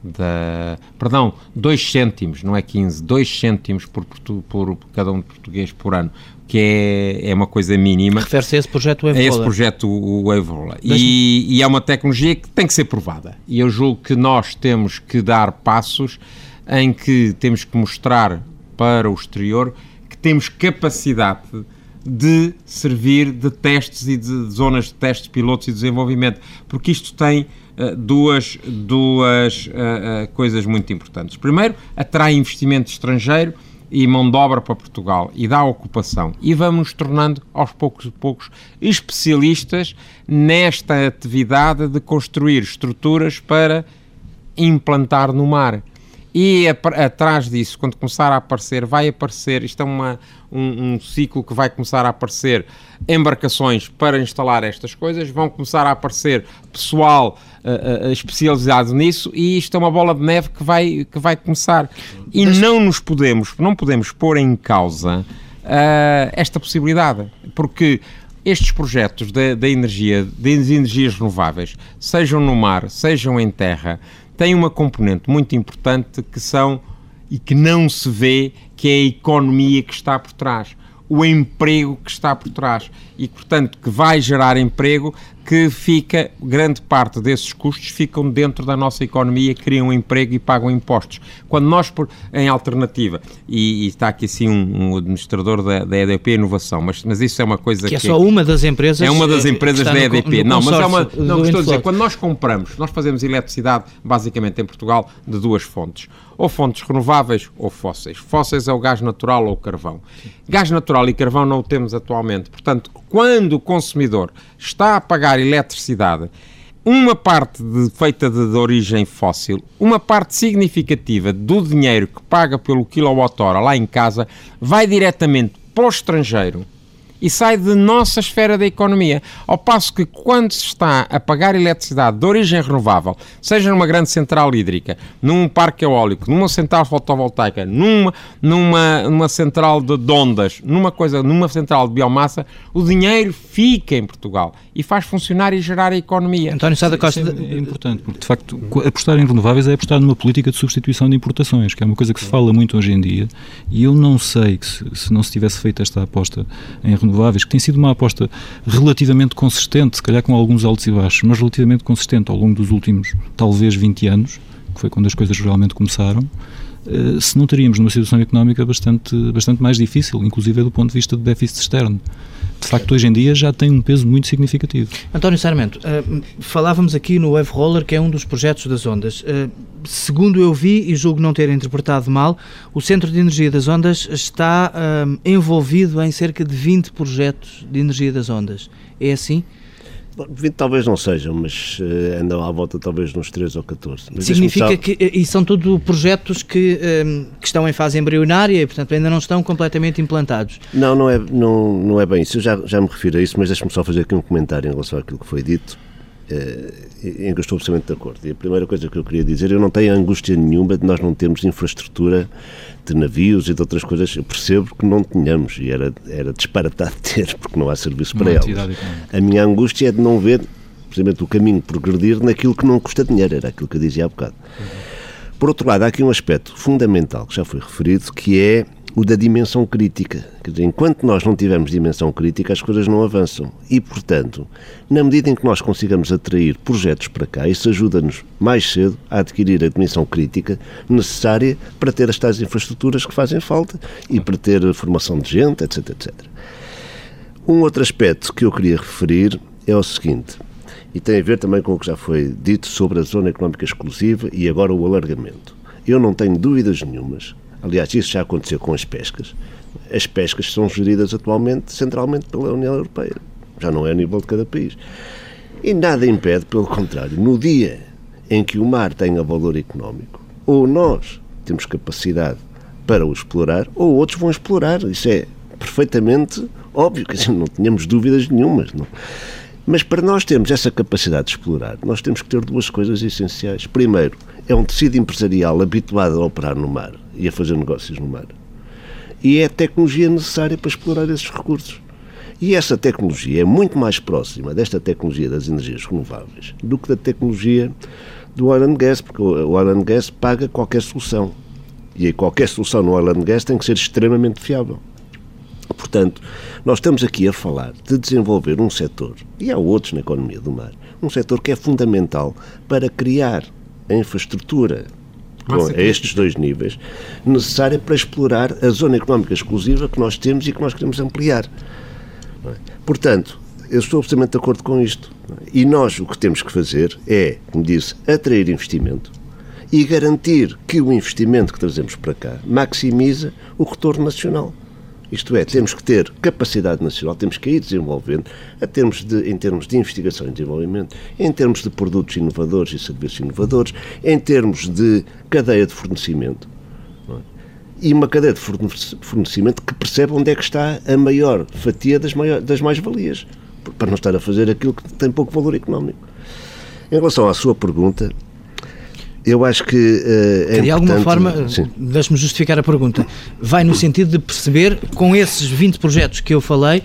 2 cêntimos, não é 15, 2 cêntimos por cada um português por ano, que é uma coisa mínima. Refere-se a esse projeto Wave Roller. É esse projeto, o Wave Roller. E é uma tecnologia que tem que ser provada. E eu julgo que nós temos que dar passos em que temos que mostrar para o exterior que temos capacidade de servir de testes e de zonas de testes, pilotos e desenvolvimento, porque isto tem duas coisas muito importantes. Primeiro, atrai investimento estrangeiro e mão de obra para Portugal e dá ocupação, e vamos nos tornando aos poucos especialistas nesta atividade de construir estruturas para implantar no mar. E atrás disso, quando começar a aparecer, vai aparecer, isto é um ciclo que vai começar a aparecer embarcações para instalar estas coisas, vão começar a aparecer pessoal especializado nisso, e isto é uma bola de neve que vai começar. E não podemos pôr em causa esta possibilidade, porque estes projetos das energias renováveis, sejam no mar, sejam em terra, têm uma componente muito importante que são e que não se vê, que é a economia que está por trás, o emprego que está por trás e, portanto, que vai gerar emprego, que fica, grande parte desses custos ficam dentro da nossa economia, criam emprego e pagam impostos. Quando nós, em alternativa, e está aqui assim um administrador da EDP Inovação, mas isso é uma coisa que... é só uma das empresas... É uma das empresas da EDP. Não, mas é uma... Não, estou a dizer, quando nós compramos, nós fazemos eletricidade, basicamente em Portugal, de duas fontes. Ou fontes renováveis ou fósseis. Fósseis é o gás natural ou o carvão. Gás natural e carvão não o temos atualmente. Portanto, quando o consumidor está a pagar eletricidade, uma parte feita de origem fóssil, uma parte significativa do dinheiro que paga pelo quilowatt-hora lá em casa, vai diretamente para o estrangeiro e sai de nossa esfera da economia. Ao passo que quando se está a pagar eletricidade de origem renovável, seja numa grande central hídrica, num parque eólico, numa central fotovoltaica, numa central de ondas, numa central de biomassa, o dinheiro fica em Portugal e faz funcionar e gerar a economia. António Sá da Costa... É importante, porque de facto apostar em renováveis é apostar numa política de substituição de importações, que é uma coisa que se fala muito hoje em dia, e eu não sei que se não se tivesse feito esta aposta em renováveis, que tem sido uma aposta relativamente consistente, se calhar com alguns altos e baixos, mas relativamente consistente ao longo dos últimos, talvez 20 anos, que foi quando as coisas realmente começaram, se não teríamos numa situação económica bastante mais difícil, inclusive do ponto de vista do déficit externo. De facto, hoje em dia já tem um peso muito significativo. António Sarmento, falávamos aqui no Wave Roller, que é um dos projetos das Ondas. Segundo eu vi, e julgo não ter interpretado mal, o Centro de Energia das Ondas está envolvido em cerca de 20 projetos de energia das ondas. É assim? 20 talvez não sejam, mas andam à volta talvez de uns 13 ou 14. Mas significa que, e são tudo projetos que estão em fase embrionária e, portanto, ainda não estão completamente implantados? Não é bem isso. Eu já me refiro a isso, mas deixe-me só fazer aqui um comentário em relação àquilo que foi dito, em que eu estou absolutamente de acordo. E a primeira coisa que eu queria dizer, eu não tenho angústia nenhuma de nós não termos infraestrutura de navios e de outras coisas. Eu percebo que não tenhamos, e era disparatado ter, porque não há serviço para elas. A minha angústia é de não ver, precisamente, o caminho progredir naquilo que não custa dinheiro, era aquilo que eu dizia há bocado. Por outro lado, há aqui um aspecto fundamental que já foi referido, que é o da dimensão crítica. Quer dizer, enquanto nós não tivermos dimensão crítica, as coisas não avançam. E, portanto, na medida em que nós consigamos atrair projetos para cá, isso ajuda-nos mais cedo a adquirir a dimensão crítica necessária para ter as tais infraestruturas que fazem falta e para ter formação de gente, etc, etc. Um outro aspecto que eu queria referir é o seguinte, e tem a ver também com o que já foi dito sobre a Zona Económica Exclusiva e agora o alargamento. Eu não tenho dúvidas nenhumas. Aliás, isso já aconteceu com as pescas. As pescas são geridas atualmente, centralmente, pela União Europeia. Já não é a nível de cada país. E nada impede, pelo contrário, no dia em que o mar tenha valor económico, ou nós temos capacidade para o explorar, ou outros vão explorar. Isso é perfeitamente óbvio, quer dizer, não tínhamos dúvidas nenhumas. Não. Mas para nós termos essa capacidade de explorar, nós temos que ter duas coisas essenciais. Primeiro, é um tecido empresarial habituado a operar no mar e a fazer negócios no mar. E é a tecnologia necessária para explorar esses recursos. E essa tecnologia é muito mais próxima desta tecnologia das energias renováveis do que da tecnologia do oil and gas, porque o oil and gas paga qualquer solução. E aí qualquer solução no oil and gas tem que ser extremamente fiável. Portanto, nós estamos aqui a falar de desenvolver um setor, e há outros na economia do mar, um setor que é fundamental para criar a infraestrutura a estes dois níveis, necessária para explorar a zona económica exclusiva que nós temos e que nós queremos ampliar. Portanto, eu estou absolutamente de acordo com isto. E nós o que temos que fazer é, como disse, atrair investimento e garantir que o investimento que trazemos para cá maximiza o retorno nacional. Isto é, temos que ter capacidade nacional, temos que ir desenvolvendo, em termos de investigação e desenvolvimento, em termos de produtos inovadores e serviços inovadores, em termos de cadeia de fornecimento. Não é? E uma cadeia de fornecimento que percebe onde é que está a maior fatia das mais-valias, para não estar a fazer aquilo que tem pouco valor económico. Em relação à sua pergunta, eu acho que de alguma forma, deixe-me justificar a pergunta, vai no sentido de perceber, com esses 20 projetos que eu falei,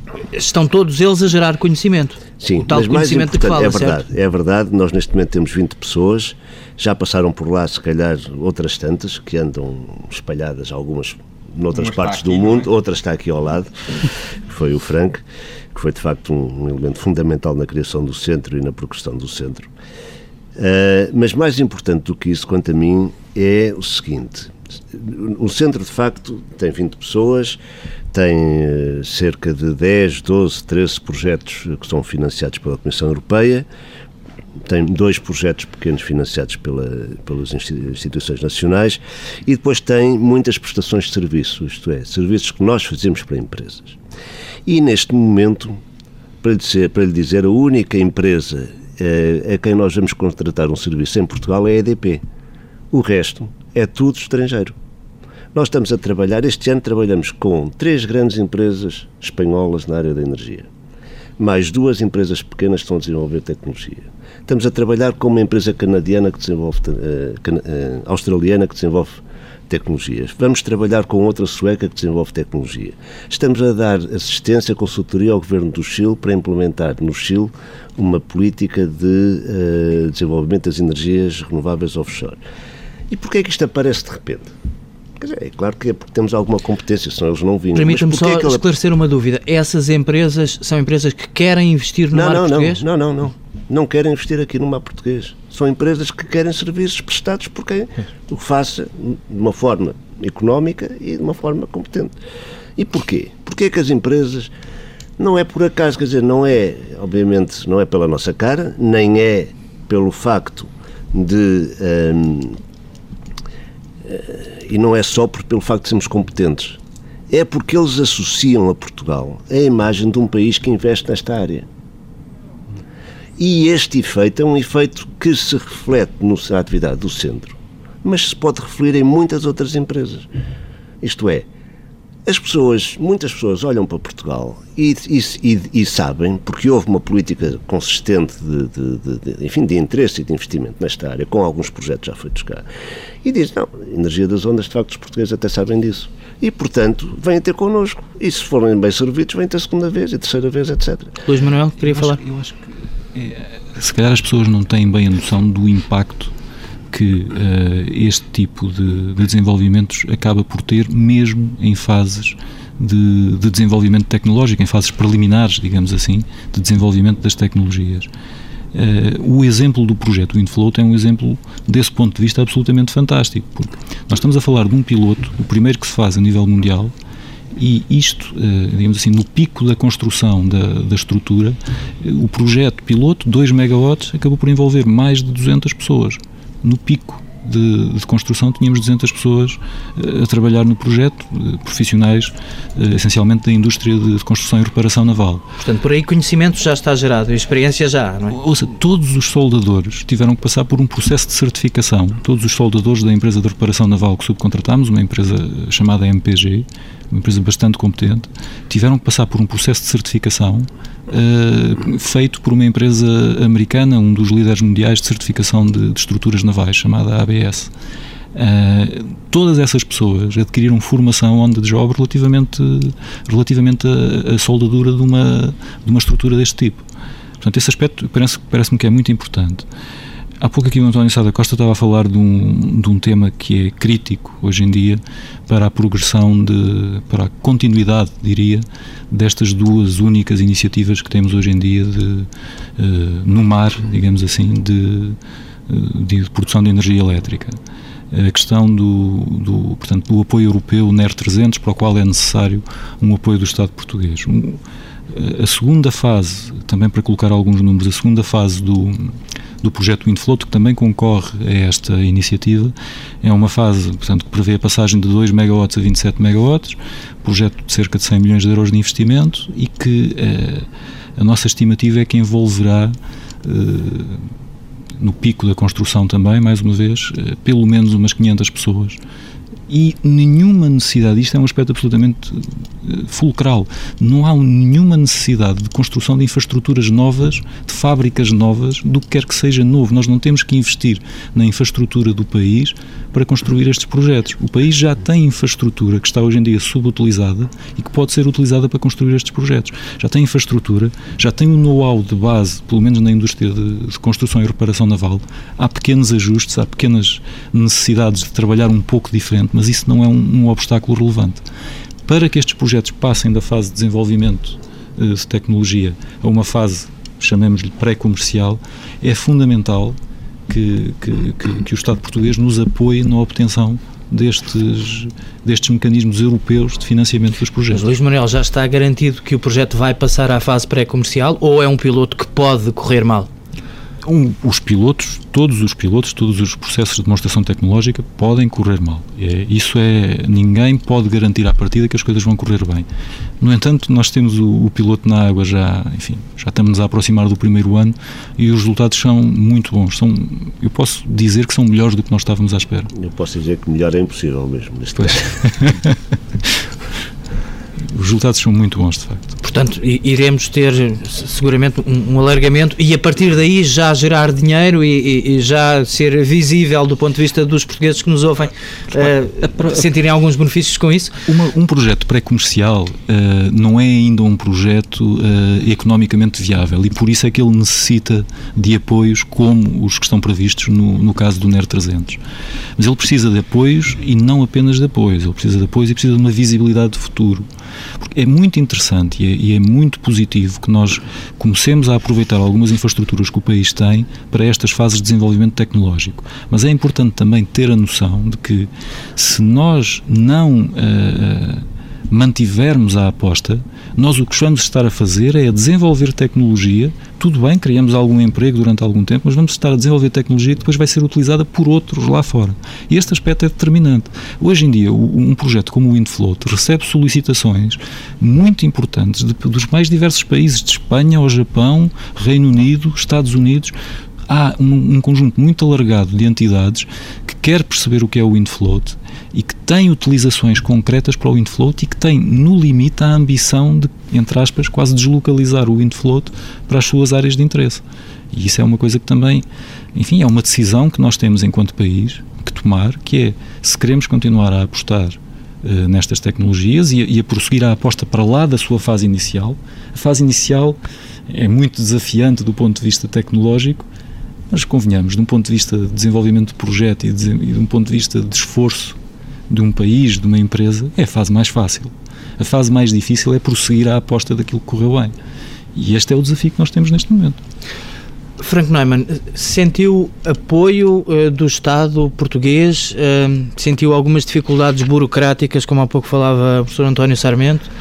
estão todos eles a gerar conhecimento. Sim, o tal mas mais conhecimento importante, de que fala, é verdade, nós neste momento temos 20 pessoas, já passaram por lá, se calhar, outras tantas, que andam espalhadas, algumas noutras partes do mundo, outra está aqui ao lado, que foi o Frank, que foi de facto um elemento fundamental na criação do centro e na progressão do centro. Mas mais importante do que isso, quanto a mim, é o seguinte: o centro de facto tem 20 pessoas, tem cerca de 10, 12, 13 projetos que são financiados pela Comissão Europeia, tem 2 projetos pequenos financiados pelas instituições nacionais e depois tem muitas prestações de serviço, isto é, serviços que nós fazemos para empresas. E neste momento, para lhe dizer, a única empresa a quem nós vamos contratar um serviço em Portugal é a EDP. O resto é tudo estrangeiro. Nós estamos a trabalhar, este ano trabalhamos com 3 grandes empresas espanholas na área da energia, mais 2 empresas pequenas que estão a desenvolver tecnologia. Estamos a trabalhar com uma empresa canadiana que desenvolve, australiana que desenvolve tecnologias. Vamos trabalhar com outra sueca que desenvolve tecnologia. Estamos a dar assistência, consultoria ao Governo do Chile para implementar no Chile uma política de desenvolvimento das energias renováveis offshore. E porquê é que isto aparece de repente? Quer dizer, é claro que é porque temos alguma competência, senão eles não vinham. Permita-me só esclarecer uma dúvida. Essas empresas são empresas que querem investir no mar português? Não. Não querem investir aqui no mar português. São empresas que querem serviços prestados por quem o faça de uma forma económica e de uma forma competente. E porquê? Porquê é que as empresas, não é por acaso, quer dizer, não é, obviamente, não é pela nossa cara, nem é pelo facto de... e não é só pelo facto de sermos competentes, é porque eles associam a Portugal a imagem de um país que investe nesta área. E este efeito é um efeito que se reflete na atividade do centro, mas se pode refletir em muitas outras empresas. Isto é, muitas pessoas olham para Portugal e sabem, porque houve uma política consistente de interesse e de investimento nesta área, com alguns projetos já feitos cá, e dizem, não, a energia das ondas, de facto, os portugueses até sabem disso. E, portanto, vêm ter connosco. E se forem bem servidos, vêm ter a segunda vez, a terceira vez, etc. Luís Manuel, queria falar? Eu acho que, se calhar as pessoas não têm bem a noção do impacto que este tipo de desenvolvimentos acaba por ter, mesmo em fases de desenvolvimento tecnológico, em fases preliminares, digamos assim, de desenvolvimento das tecnologias. O exemplo do projeto Windfloat é um exemplo, desse ponto de vista, absolutamente fantástico, porque nós estamos a falar de um piloto, o primeiro que se faz a nível mundial, e isto, digamos assim, no pico da construção da estrutura, o projeto piloto, 2 megawatts, acabou por envolver mais de 200 pessoas. No pico de construção tínhamos 200 pessoas a trabalhar no projeto, profissionais essencialmente da indústria de construção e reparação naval. Portanto, por aí conhecimento já está gerado, experiência já, não é? Ouça, todos os soldadores tiveram que passar por um processo de certificação, todos os soldadores da empresa de reparação naval que subcontratámos, uma empresa chamada MPG, uma empresa bastante competente, tiveram que passar por um processo de certificação feito por uma empresa americana, um dos líderes mundiais de certificação de estruturas navais, chamada ABS. Todas essas pessoas adquiriram formação on the job relativamente à soldadura de uma estrutura deste tipo. Portanto, esse aspecto parece-me que é muito importante. Há pouco aqui o António Sá da Costa estava a falar de um tema que é crítico hoje em dia para a progressão, para a continuidade, diria, destas 2 únicas iniciativas que temos hoje em dia no mar, digamos assim, de produção de energia elétrica. A questão portanto, do apoio europeu NER 300, para o qual é necessário um apoio do Estado português. A segunda fase, também para colocar alguns números, a segunda fase do projeto Windfloat, que também concorre a esta iniciativa, é uma fase, portanto, que prevê a passagem de 2 megawatts a 27 megawatts, projeto de cerca de 100 milhões de euros de investimento e que a nossa estimativa é que envolverá, no pico da construção também, mais uma vez, pelo menos umas 500 pessoas e nenhuma necessidade, isto é um aspecto absolutamente fulcral, não há nenhuma necessidade de construção de infraestruturas novas, de fábricas novas, do que quer que seja novo. Nós não temos que investir na infraestrutura do país para construir estes projetos. O país já tem infraestrutura que está hoje em dia subutilizada e que pode ser utilizada para construir estes projetos. Já tem infraestrutura, já tem um know-how de base, pelo menos na indústria de construção e reparação naval. Há pequenos ajustes, há pequenas necessidades de trabalhar um pouco diferente, mas isso não é um obstáculo relevante. Para que estes projetos passem da fase de desenvolvimento de tecnologia a uma fase, chamemos-lhe pré-comercial, é fundamental que o Estado português nos apoie na obtenção destes mecanismos europeus de financiamento dos projetos. Mas, Luís Manuel, já está garantido que o projeto vai passar à fase pré-comercial ou é um piloto que pode correr mal? Todos os processos de demonstração tecnológica podem correr mal. Ninguém pode garantir à partida que as coisas vão correr bem. No entanto, nós temos o piloto na água já estamos a aproximar do primeiro ano e os resultados são muito bons. Eu posso dizer que são melhores do que nós estávamos à espera. Eu posso dizer que melhor é impossível mesmo. Neste caso. Os resultados são muito bons, de facto. Portanto, iremos ter seguramente um alargamento e a partir daí já gerar dinheiro e já ser visível do ponto de vista dos portugueses que nos ouvem, sentirem alguns benefícios com isso? Um projeto pré-comercial não é ainda um projeto economicamente viável e por isso é que ele necessita de apoios como os que estão previstos no caso do NER 300. Mas ele precisa de apoios e não apenas de apoios, ele precisa de apoios e precisa de uma visibilidade de futuro. Porque é muito interessante e é muito positivo que nós comecemos a aproveitar algumas infraestruturas que o país tem para estas fases de desenvolvimento tecnológico. Mas é importante também ter a noção de que se nós não mantivermos a aposta, nós o que vamos estar a fazer é a desenvolver tecnologia. Tudo bem, criamos algum emprego durante algum tempo, mas vamos estar a desenvolver tecnologia que depois vai ser utilizada por outros lá fora. E este aspecto é determinante. Hoje em dia, um projeto como o WindFloat recebe solicitações muito importantes dos mais diversos países, de Espanha ao Japão, Reino Unido, Estados Unidos. Há um conjunto muito alargado de entidades que quer perceber o que é o WindFloat e que tem utilizações concretas para o WindFloat e que tem, no limite, a ambição de, entre aspas, quase deslocalizar o WindFloat para as suas áreas de interesse. E isso é uma coisa que também, enfim, é uma decisão que nós temos enquanto país que tomar, que é, se queremos continuar a apostar nestas tecnologias e a prosseguir a aposta para lá da sua fase inicial. A fase inicial é muito desafiante do ponto de vista tecnológico, mas convenhamos, de um ponto de vista de desenvolvimento de projeto e de um ponto de vista de esforço de um país, de uma empresa, é a fase mais fácil. A fase mais difícil é prosseguir a aposta daquilo que correu bem. E este é o desafio que nós temos neste momento. Frank Neumann, sentiu apoio do Estado português? Sentiu algumas dificuldades burocráticas, como há pouco falava o professor António Sarmento?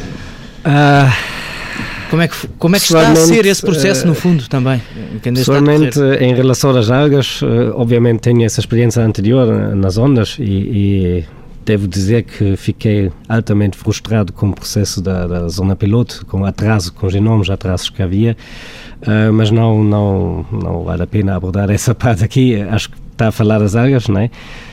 Como é que está a ser esse processo, no fundo, também? Pessoalmente, em relação às algas, obviamente tenho essa experiência anterior nas ondas e devo dizer que fiquei altamente frustrado com o processo da zona piloto, com os enormes atrasos que havia, mas não vale a pena abordar essa parte aqui. Acho que está a falar das algas, não é?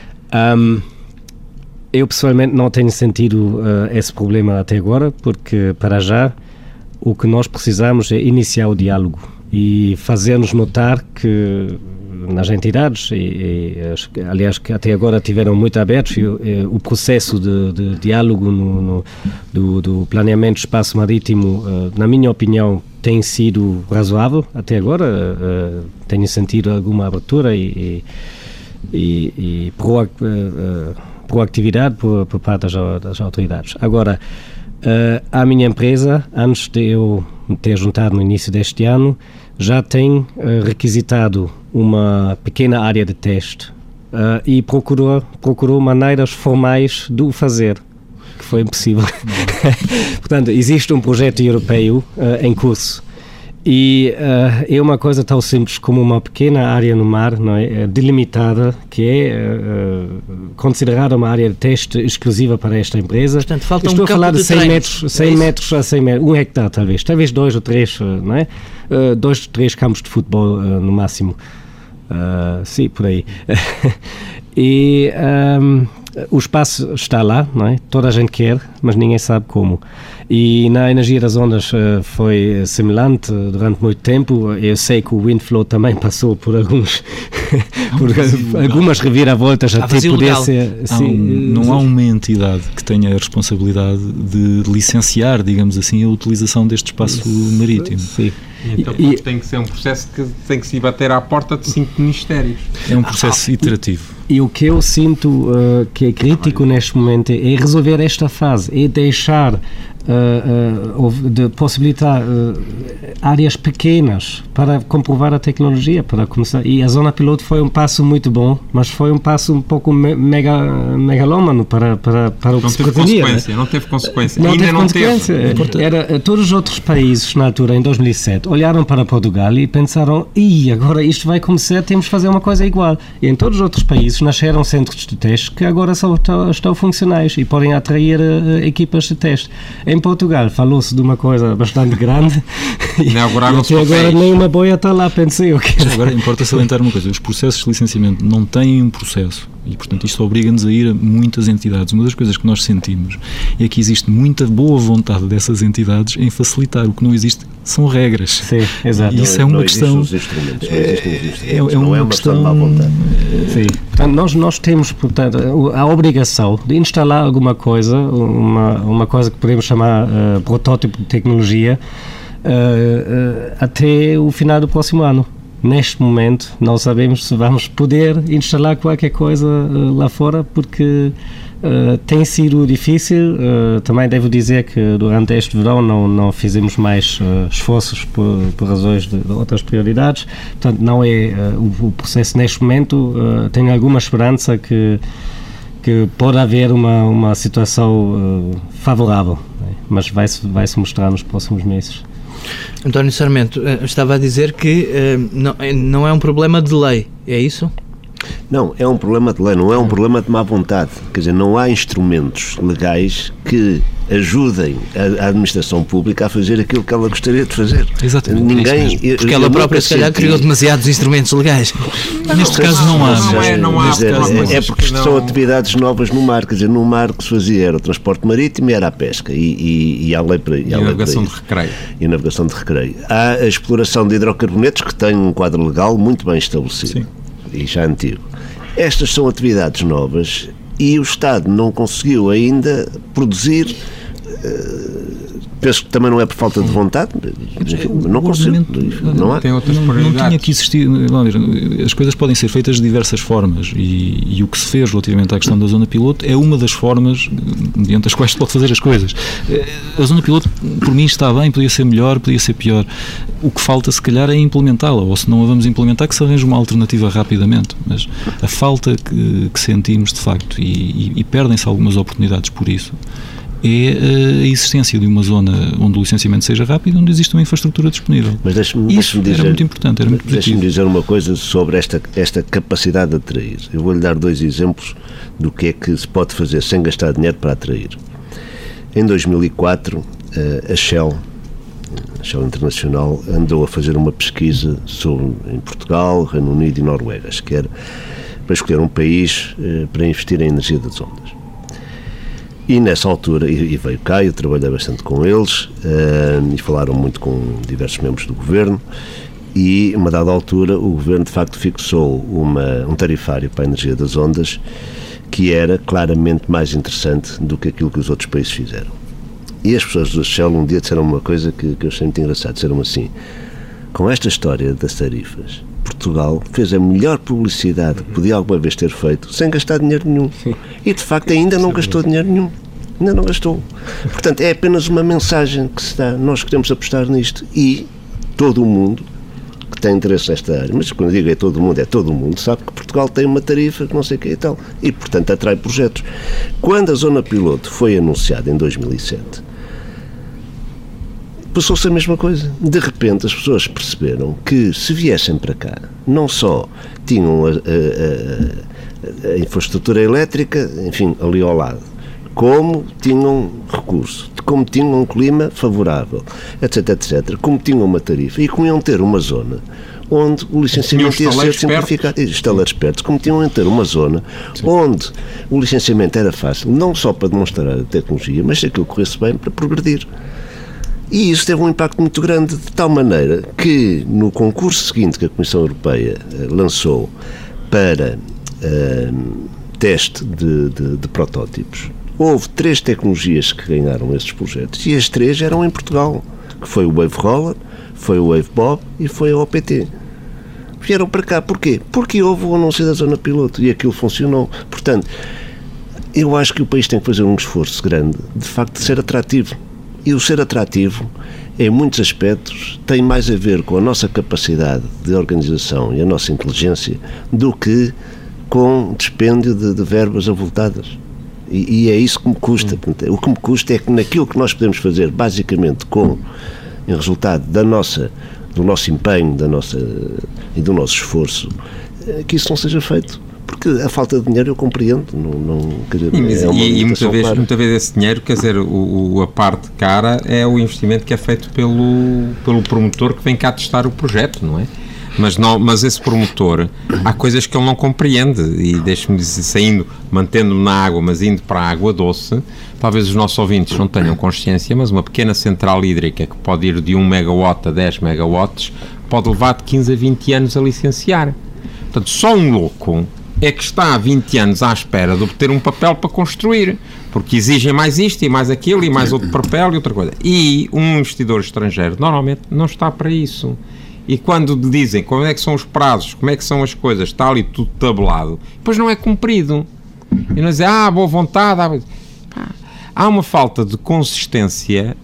Eu pessoalmente não tenho sentido esse problema até agora, porque para já o que nós precisamos é iniciar o diálogo e fazer-nos notar que nas entidades, aliás, que até agora tiveram muito abertos, o processo de diálogo do planeamento do espaço marítimo, na minha opinião, tem sido razoável até agora. Tenho sentido alguma abertura e proatividade por parte das autoridades. Agora, a minha empresa, antes de eu me ter juntado no início deste ano, já tem requisitado uma pequena área de teste e procurou maneiras formais de o fazer, que foi impossível. Portanto, existe um projeto europeu em curso e é uma coisa tão simples como uma pequena área no mar, não é, delimitada, que é considerada uma área de teste exclusiva para esta empresa. Portanto, falta Estou a falar de 100 metros a 100 metros, 1 hectare talvez 2 ou 3, não é? 2 ou 3 campos de futebol no máximo. Sim, por aí. E o espaço está lá, não é? Toda a gente quer, mas ninguém sabe como. E na energia das ondas foi semelhante durante muito tempo. Eu sei que o Windflow também passou por algumas reviravoltas até poder ser... Não há uma entidade que tenha a responsabilidade de licenciar, digamos assim, a utilização deste espaço marítimo. Sim. Então tem que ser um processo que tem que se bater à porta de 5 ministérios. É um processo iterativo. E o que eu sinto que é crítico neste momento é resolver esta fase, é deixar de possibilitar áreas pequenas para comprovar a tecnologia, para começar. E a zona piloto foi um passo muito bom, mas foi um passo um pouco megalómano para o que se pretendia. Não teve consequência. Todos os outros países, na altura, em 2007, olharam para Portugal e pensaram, agora isto vai começar, temos de fazer uma coisa igual. E em todos os outros países nasceram centros de teste que agora só estão funcionais e podem atrair equipas de teste. Em Portugal falou-se de uma coisa bastante grande e até agora nenhuma boia está lá, pensei eu. Agora importa salientar uma coisa, os processos de licenciamento não têm um processo e, portanto, isto obriga-nos a ir a muitas entidades. Uma das coisas que nós sentimos é que existe muita boa vontade dessas entidades em facilitar. O que não existe são regras. Sim, exato. E isso é uma questão... Não é uma questão de má vontade. Sim. Portanto, nós temos, portanto, a obrigação de instalar alguma coisa, uma coisa que podemos chamar protótipo de tecnologia, até o final do próximo ano. Neste momento, não sabemos se vamos poder instalar qualquer coisa lá fora, porque tem sido difícil. Também devo dizer que durante este verão não fizemos mais esforços por razões de outras prioridades. Portanto, não é o processo neste momento. Tenho alguma esperança que pode haver uma situação favorável, mas vai-se mostrar nos próximos meses. António Sarmento, estava a dizer que não é um problema de lei, é isso? Não, é um problema de lei, não é um problema de má vontade. Quer dizer, não há instrumentos legais que ajudem a administração pública a fazer aquilo que ela gostaria de fazer. Exatamente. Ninguém, porque ela própria, se calhar, criou demasiados instrumentos legais. Neste caso não há. É porque são atividades novas no mar. Quer dizer, no mar o que se fazia era o transporte marítimo e era a pesca. E há lei para isso. E a navegação de recreio. E a navegação de recreio. Há a exploração de hidrocarbonetos que tem um quadro legal muito bem estabelecido. Sim. E já antigo. Estas são atividades novas e o Estado não conseguiu ainda produzir. Penso que também não é por falta de vontade, não consigo, não há. Não tinha que existir. As coisas podem ser feitas de diversas formas e o que se fez relativamente à questão da zona piloto é uma das formas mediante as quais se pode fazer as coisas. A zona piloto, por mim, está bem, podia ser melhor, podia ser pior. O que falta, se calhar, é implementá-la, ou se não a vamos implementar, que se arranje uma alternativa rapidamente. Mas a falta que sentimos, de facto, e perdem-se algumas oportunidades por isso, é a existência de uma zona onde o licenciamento seja rápido, onde existe uma infraestrutura disponível. Mas isso era muito importante, era muito positivo. Deixe-me dizer uma coisa sobre esta capacidade de atrair. Eu vou-lhe dar 2 exemplos do que é que se pode fazer sem gastar dinheiro para atrair. Em 2004, a Shell Internacional andou a fazer uma pesquisa em Portugal, Reino Unido e Noruega, que era para escolher um país para investir em energia das ondas. E nessa altura, e veio cá, eu trabalhei bastante com eles, e falaram muito com diversos membros do governo, e a uma dada altura o governo de facto fixou um tarifário para a energia das ondas que era claramente mais interessante do que aquilo que os outros países fizeram. E as pessoas do Shell um dia disseram uma coisa que eu achei muito engraçado, disseram assim: com esta história das tarifas, Portugal fez a melhor publicidade que podia alguma vez ter feito sem gastar dinheiro nenhum. Sim. E de facto ainda não gastou dinheiro nenhum. Ainda não gastou. Portanto, é apenas uma mensagem que se dá. Nós queremos apostar nisto e todo o mundo que tem interesse nesta área, mas quando eu digo todo o mundo, sabe que Portugal tem uma tarifa que não sei o que e tal. E, portanto, atrai projetos. Quando a zona piloto foi anunciada em 2007, passou-se a mesma coisa. De repente as pessoas perceberam que se viessem para cá, não só tinham a infraestrutura elétrica, enfim, ali ao lado, como tinham recurso, como tinham um clima favorável, etc, etc, como tinham uma tarifa e como iam ter uma zona onde o licenciamento ia ser simplificado. E estaleiros perto cometiam em ter uma zona onde o licenciamento era fácil, não só para demonstrar a tecnologia, mas se aquilo corresse bem, para progredir. E isso teve um impacto muito grande, de tal maneira que no concurso seguinte que a Comissão Europeia lançou para teste de protótipos, houve 3 tecnologias que ganharam esses projetos, e as 3 eram em Portugal, que foi o Wave Roller, foi o Wave Bob e foi a OPT. Vieram para cá, porquê? Porque houve o anúncio da zona piloto e aquilo funcionou. Portanto, eu acho que o país tem que fazer um esforço grande, de facto, de ser atrativo. E o ser atrativo, em muitos aspectos, tem mais a ver com a nossa capacidade de organização e a nossa inteligência do que com dispêndio de verbas avultadas. E é isso que me custa. O que me custa é que naquilo que nós podemos fazer, basicamente, em resultado do nosso empenho e do nosso esforço, que isso não seja feito. Porque a falta de dinheiro eu compreendo. Muitas vezes esse dinheiro, quer dizer, a parte cara é o investimento que é feito pelo promotor que vem cá testar o projeto, não é? Mas esse promotor, há coisas que ele não compreende, e deixe-me dizer, mantendo-me na água, mas indo para a água doce, talvez os nossos ouvintes não tenham consciência, mas uma pequena central hídrica que pode ir de 1 megawatt a 10 megawatts pode levar de 15 a 20 anos a licenciar. Portanto, só um louco é que está há 20 anos à espera de obter um papel para construir, porque exigem mais isto e mais aquilo e mais outro papel e outra coisa. E um investidor estrangeiro normalmente não está para isso. E quando dizem como é que são os prazos, como é que são as coisas, está ali tudo tabelado, depois não é cumprido. E não dizem, boa vontade. Há uma falta de consistência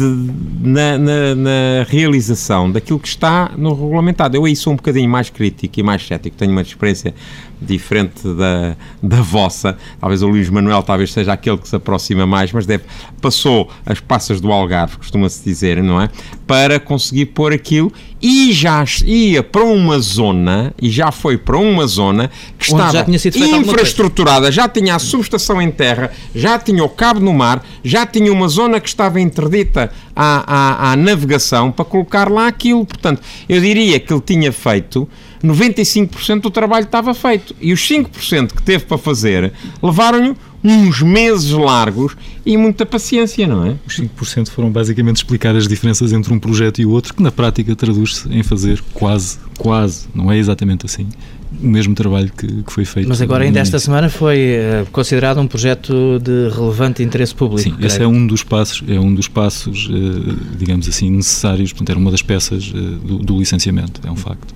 na realização daquilo que está no regulamentado. Eu aí sou um bocadinho mais crítico e mais cético, tenho uma experiência diferente da vossa. Talvez o Luís Manuel seja aquele que se aproxima mais, mas passou as passas do Algarve, costuma-se dizer, não é? Para conseguir pôr aquilo, e já ia para uma zona, e já foi para uma zona que estava infraestruturada, já tinha a subestação em terra, já tinha o cabo no mar, já tinha uma zona que estava interdita à navegação para colocar lá aquilo. Portanto, eu diria que ele tinha feito 95% do trabalho estava feito, e os 5% que teve para fazer levaram-lhe uns meses largos e muita paciência, não é? Os 5% foram basicamente explicar as diferenças entre um projeto e o outro, que na prática traduz-se em fazer quase, não é exatamente assim, o mesmo trabalho que foi feito. Mas agora ainda esta semana foi considerado um projeto de relevante interesse público. Sim, esse é um dos passos, digamos assim, necessários. Portanto, era uma das peças do licenciamento, é um facto.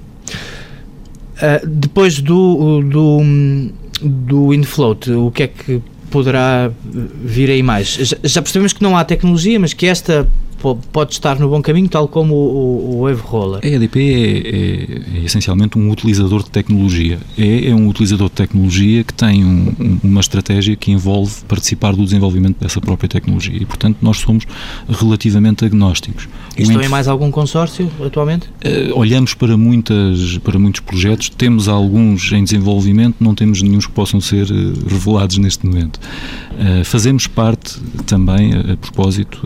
Depois do InFloat, o que é que poderá vir aí mais? Já percebemos que não há tecnologia, mas que esta pode estar no bom caminho, tal como o Wave Roller. A EDP é essencialmente um utilizador de tecnologia. É um utilizador de tecnologia que tem uma estratégia que envolve participar do desenvolvimento dessa própria tecnologia, e, portanto, nós somos relativamente agnósticos. Estão em mais algum consórcio atualmente? Olhamos para muitos projetos, temos alguns em desenvolvimento, não temos nenhum que possam ser revelados neste momento. Fazemos parte também, a propósito,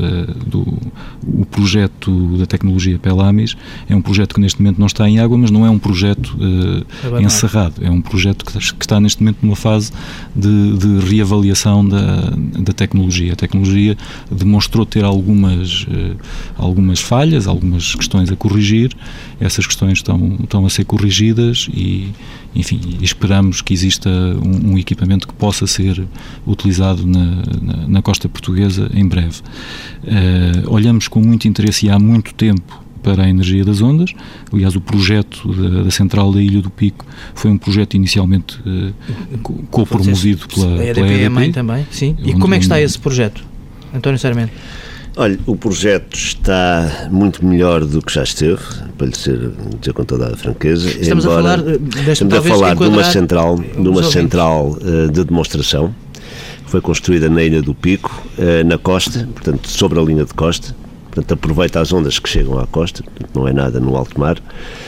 o projeto da tecnologia Pelamis. É um projeto que neste momento não está em água, mas não é um projeto encerrado, é um projeto que está neste momento numa fase de reavaliação da tecnologia. A tecnologia demonstrou ter algumas falhas, algumas questões a corrigir. Essas questões estão a ser corrigidas e, enfim, esperamos que exista um equipamento que possa ser utilizado na costa portuguesa em breve. Olhamos com muito interesse e há muito tempo para a energia das ondas. Aliás, o projeto da central da Ilha do Pico foi um projeto inicialmente co-promovido pela EDP. A mãe também, sim. E como é que está esse projeto, António Sarmento? Olha, o projeto está muito melhor do que já esteve, para lhe dizer com toda a franqueza. Estamos a falar de uma central de demonstração que foi construída na Ilha do Pico, na costa, portanto, sobre a linha de costa. Portanto, aproveita as ondas que chegam à costa, portanto, não é nada no alto mar,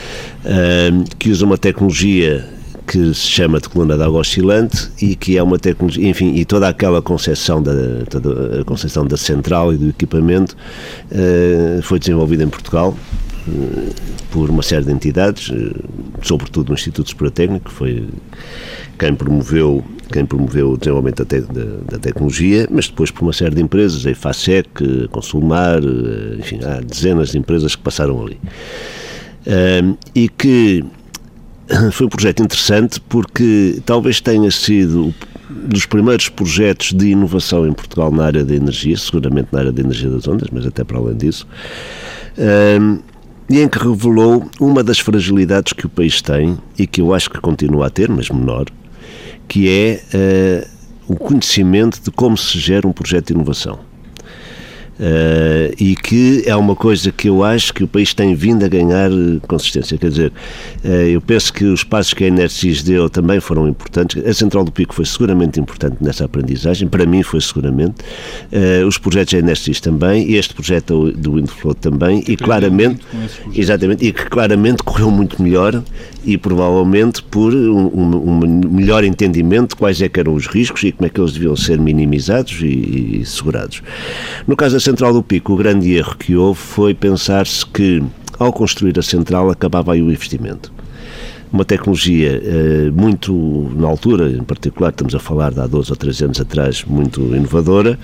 que usa uma tecnologia que se chama de coluna de água oscilante e que é uma tecnologia, enfim, e toda aquela concepção da central e do equipamento foi desenvolvida em Portugal, por uma série de entidades, sobretudo o Instituto Superior Técnico, que foi quem promoveu o desenvolvimento da tecnologia, mas depois por uma série de empresas, a IFASEC, a Consulmar, enfim, há dezenas de empresas que passaram ali. E que foi um projeto interessante porque talvez tenha sido dos primeiros projetos de inovação em Portugal na área da energia, seguramente na área da energia das ondas, mas até para além disso, e em que revelou uma das fragilidades que o país tem e que eu acho que continua a ter, mas menor, que é o conhecimento de como se gera um projeto de inovação. E que é uma coisa que eu acho que o país tem vindo a ganhar consistência. Quer dizer, eu penso que os passos que a Enersys deu também foram importantes. A Central do Pico foi seguramente importante nessa aprendizagem, para mim foi seguramente. Os projetos da Enersys também, e este projeto do Windflow também, e claramente, exatamente, e que claramente correu muito melhor e provavelmente por um melhor entendimento de quais é que eram os riscos e como é que eles deviam ser minimizados e segurados. No caso da Central do Pico, o grande erro que houve foi pensar-se que, ao construir a central, acabava aí o investimento. Uma tecnologia muito, na altura, em particular, estamos a falar de há 12 ou 13 anos atrás, muito inovadora,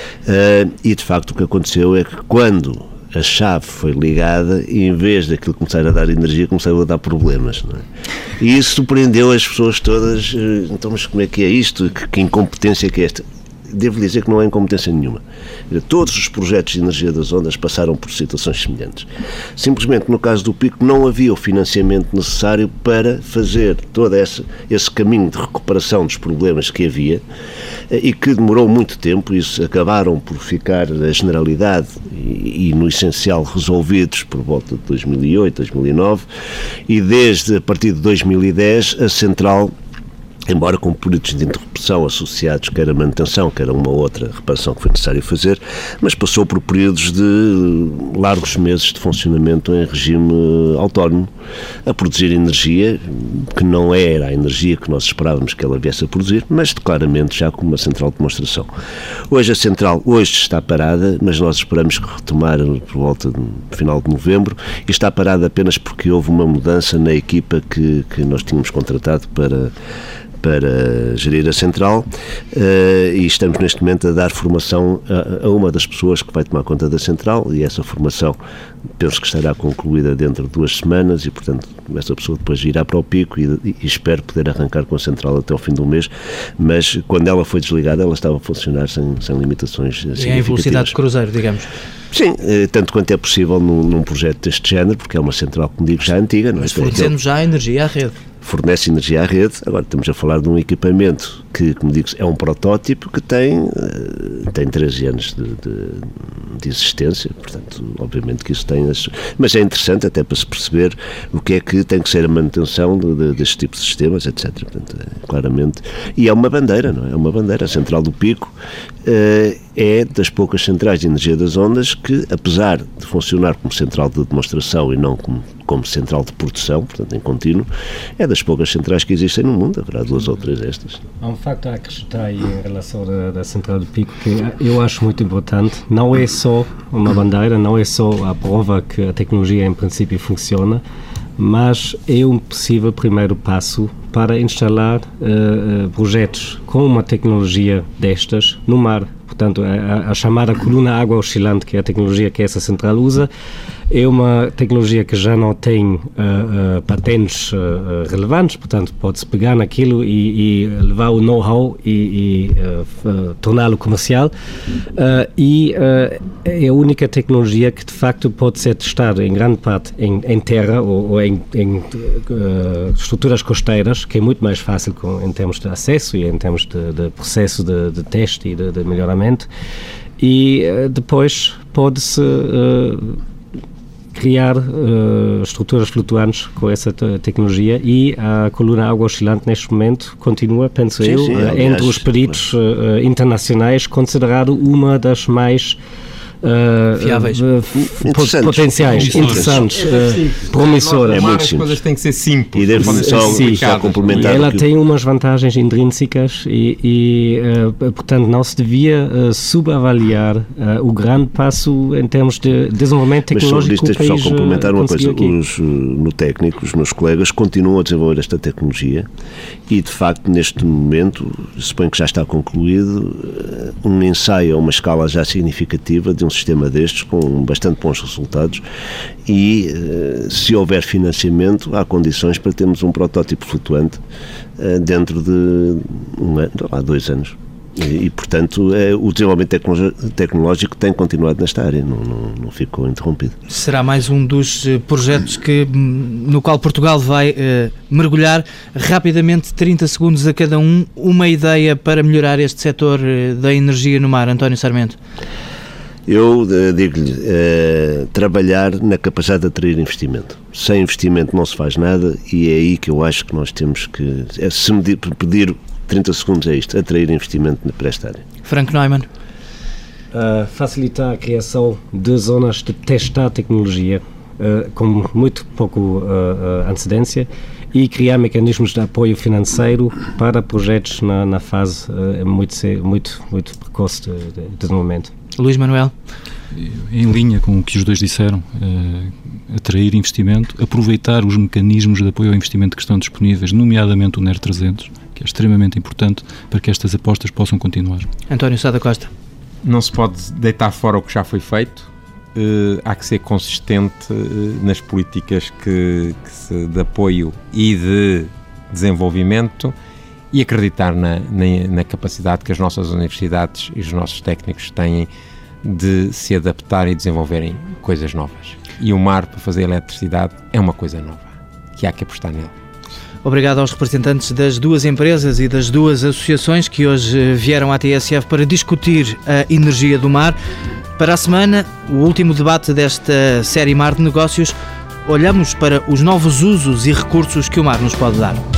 e de facto o que aconteceu é que quando a chave foi ligada e em vez daquilo começar a dar energia, começaram a dar problemas, não é? E isso surpreendeu as pessoas todas. Então, mas como é que é isto? Que incompetência que é esta? Devo dizer que não há incompetência nenhuma. Todos os projetos de energia das ondas passaram por situações semelhantes. Simplesmente, no caso do Pico, não havia o financiamento necessário para fazer todo esse caminho de recuperação dos problemas que havia e que demorou muito tempo. Isso acabaram por ficar, a generalidade e no essencial, resolvidos por volta de 2008, 2009, e desde a partir de 2010 a central, embora com períodos de interrupção associados, quer a manutenção, quer a uma outra reparação que foi necessário fazer, mas passou por períodos de largos meses de funcionamento em regime autónomo, a produzir energia que não era a energia que nós esperávamos que ela viesse a produzir, mas claramente já como uma central de demonstração. Hoje a central está parada, mas nós esperamos retomar por volta do final de novembro, e está parada apenas porque houve uma mudança na equipa que nós tínhamos contratado para gerir a central, e estamos neste momento a dar formação a uma das pessoas que vai tomar conta da central, e essa formação penso que estará concluída dentro de 2 semanas e, portanto, essa pessoa depois irá para o Pico e espero poder arrancar com a central até ao fim do mês, mas quando ela foi desligada ela estava a funcionar sem limitações significativas. É em velocidade de cruzeiro, digamos. Sim, tanto quanto é possível num projeto deste género, porque é uma central, como digo, já antiga. Mas fornecendo já energia à rede. Fornece energia à rede. Agora estamos a falar de um equipamento que, como digo, é um protótipo que tem 13 anos de existência, portanto, obviamente que isso tem... Mas é interessante até para se perceber o que é que tem que ser a manutenção deste tipo de sistemas, etc. Portanto, claramente... E é uma bandeira, não é? É uma bandeira. A Central do Pico é das poucas centrais de energia das ondas que, apesar de funcionar como central de demonstração e não como central de produção, portanto, em contínuo, é das poucas centrais que existem no mundo. Haverá 2 ou 3 destas. Há um facto a acrescentar aí em relação da Central do Pico que eu acho muito importante. Não é só uma bandeira, não é só a prova que a tecnologia em princípio funciona, mas é um possível primeiro passo para instalar projetos com uma tecnologia destas no mar. Portanto, a chamada coluna água oscilante, que é a tecnologia que essa central usa, é uma tecnologia que já não tem patentes relevantes, portanto, pode-se pegar naquilo e levar o know-how e torná-lo comercial, e é a única tecnologia que, de facto, pode ser testada em grande parte em terra ou em estruturas costeiras, que é muito mais fácil em termos de acesso e em termos de processo de teste e de melhoramento, e depois pode-se criar estruturas flutuantes com essa tecnologia, e a coluna água oscilante neste momento continua, penso entre os peritos internacionais, considerado uma das mais fiáveis, potenciais, interessantes, promissoras. As coisas têm que ser simples. E deve só complementar. Ela tem umas vantagens intrínsecas e portanto, não se devia subavaliar o grande passo em termos de desenvolvimento tecnológico. Mas sobre isto, só complementar uma coisa. Os meus colegas continuam a desenvolver esta tecnologia e, de facto, neste momento, suponho que já está concluído um ensaio a uma escala já significativa de um sistema destes com bastante bons resultados e, se houver financiamento, há condições para termos um protótipo flutuante dentro de 2 anos. E, portanto, o desenvolvimento tecnológico tem continuado nesta área, não ficou interrompido. Será mais um dos projetos no qual Portugal vai mergulhar. Rapidamente, 30 segundos a cada uma ideia para melhorar este setor da energia no mar. António Sarmento. Eu digo-lhe, trabalhar na capacidade de atrair investimento. Sem investimento não se faz nada e é aí que eu acho que nós temos que, se me pedir 30 segundos é isto, atrair investimento para esta área. Frank Neumann. Facilitar a criação de zonas de testar tecnologia com muito pouco antecedência e criar mecanismos de apoio financeiro para projetos na fase muito precoce de desenvolvimento. Luís Manuel. Em linha com o que os dois disseram, atrair investimento, aproveitar os mecanismos de apoio ao investimento que estão disponíveis, nomeadamente o NER 300, que é extremamente importante para que estas apostas possam continuar. António Sá da Costa. Não se pode deitar fora o que já foi feito, há que ser consistente nas políticas de apoio e de desenvolvimento e acreditar na capacidade que as nossas universidades e os nossos técnicos têm de se adaptar e desenvolverem coisas novas. E o mar, para fazer eletricidade, é uma coisa nova, que há que apostar nele. Obrigado aos representantes das duas empresas e das duas associações que hoje vieram à TSF para discutir a energia do mar. Para a semana, o último debate desta série Mar de Negócios, olhamos para os novos usos e recursos que o mar nos pode dar.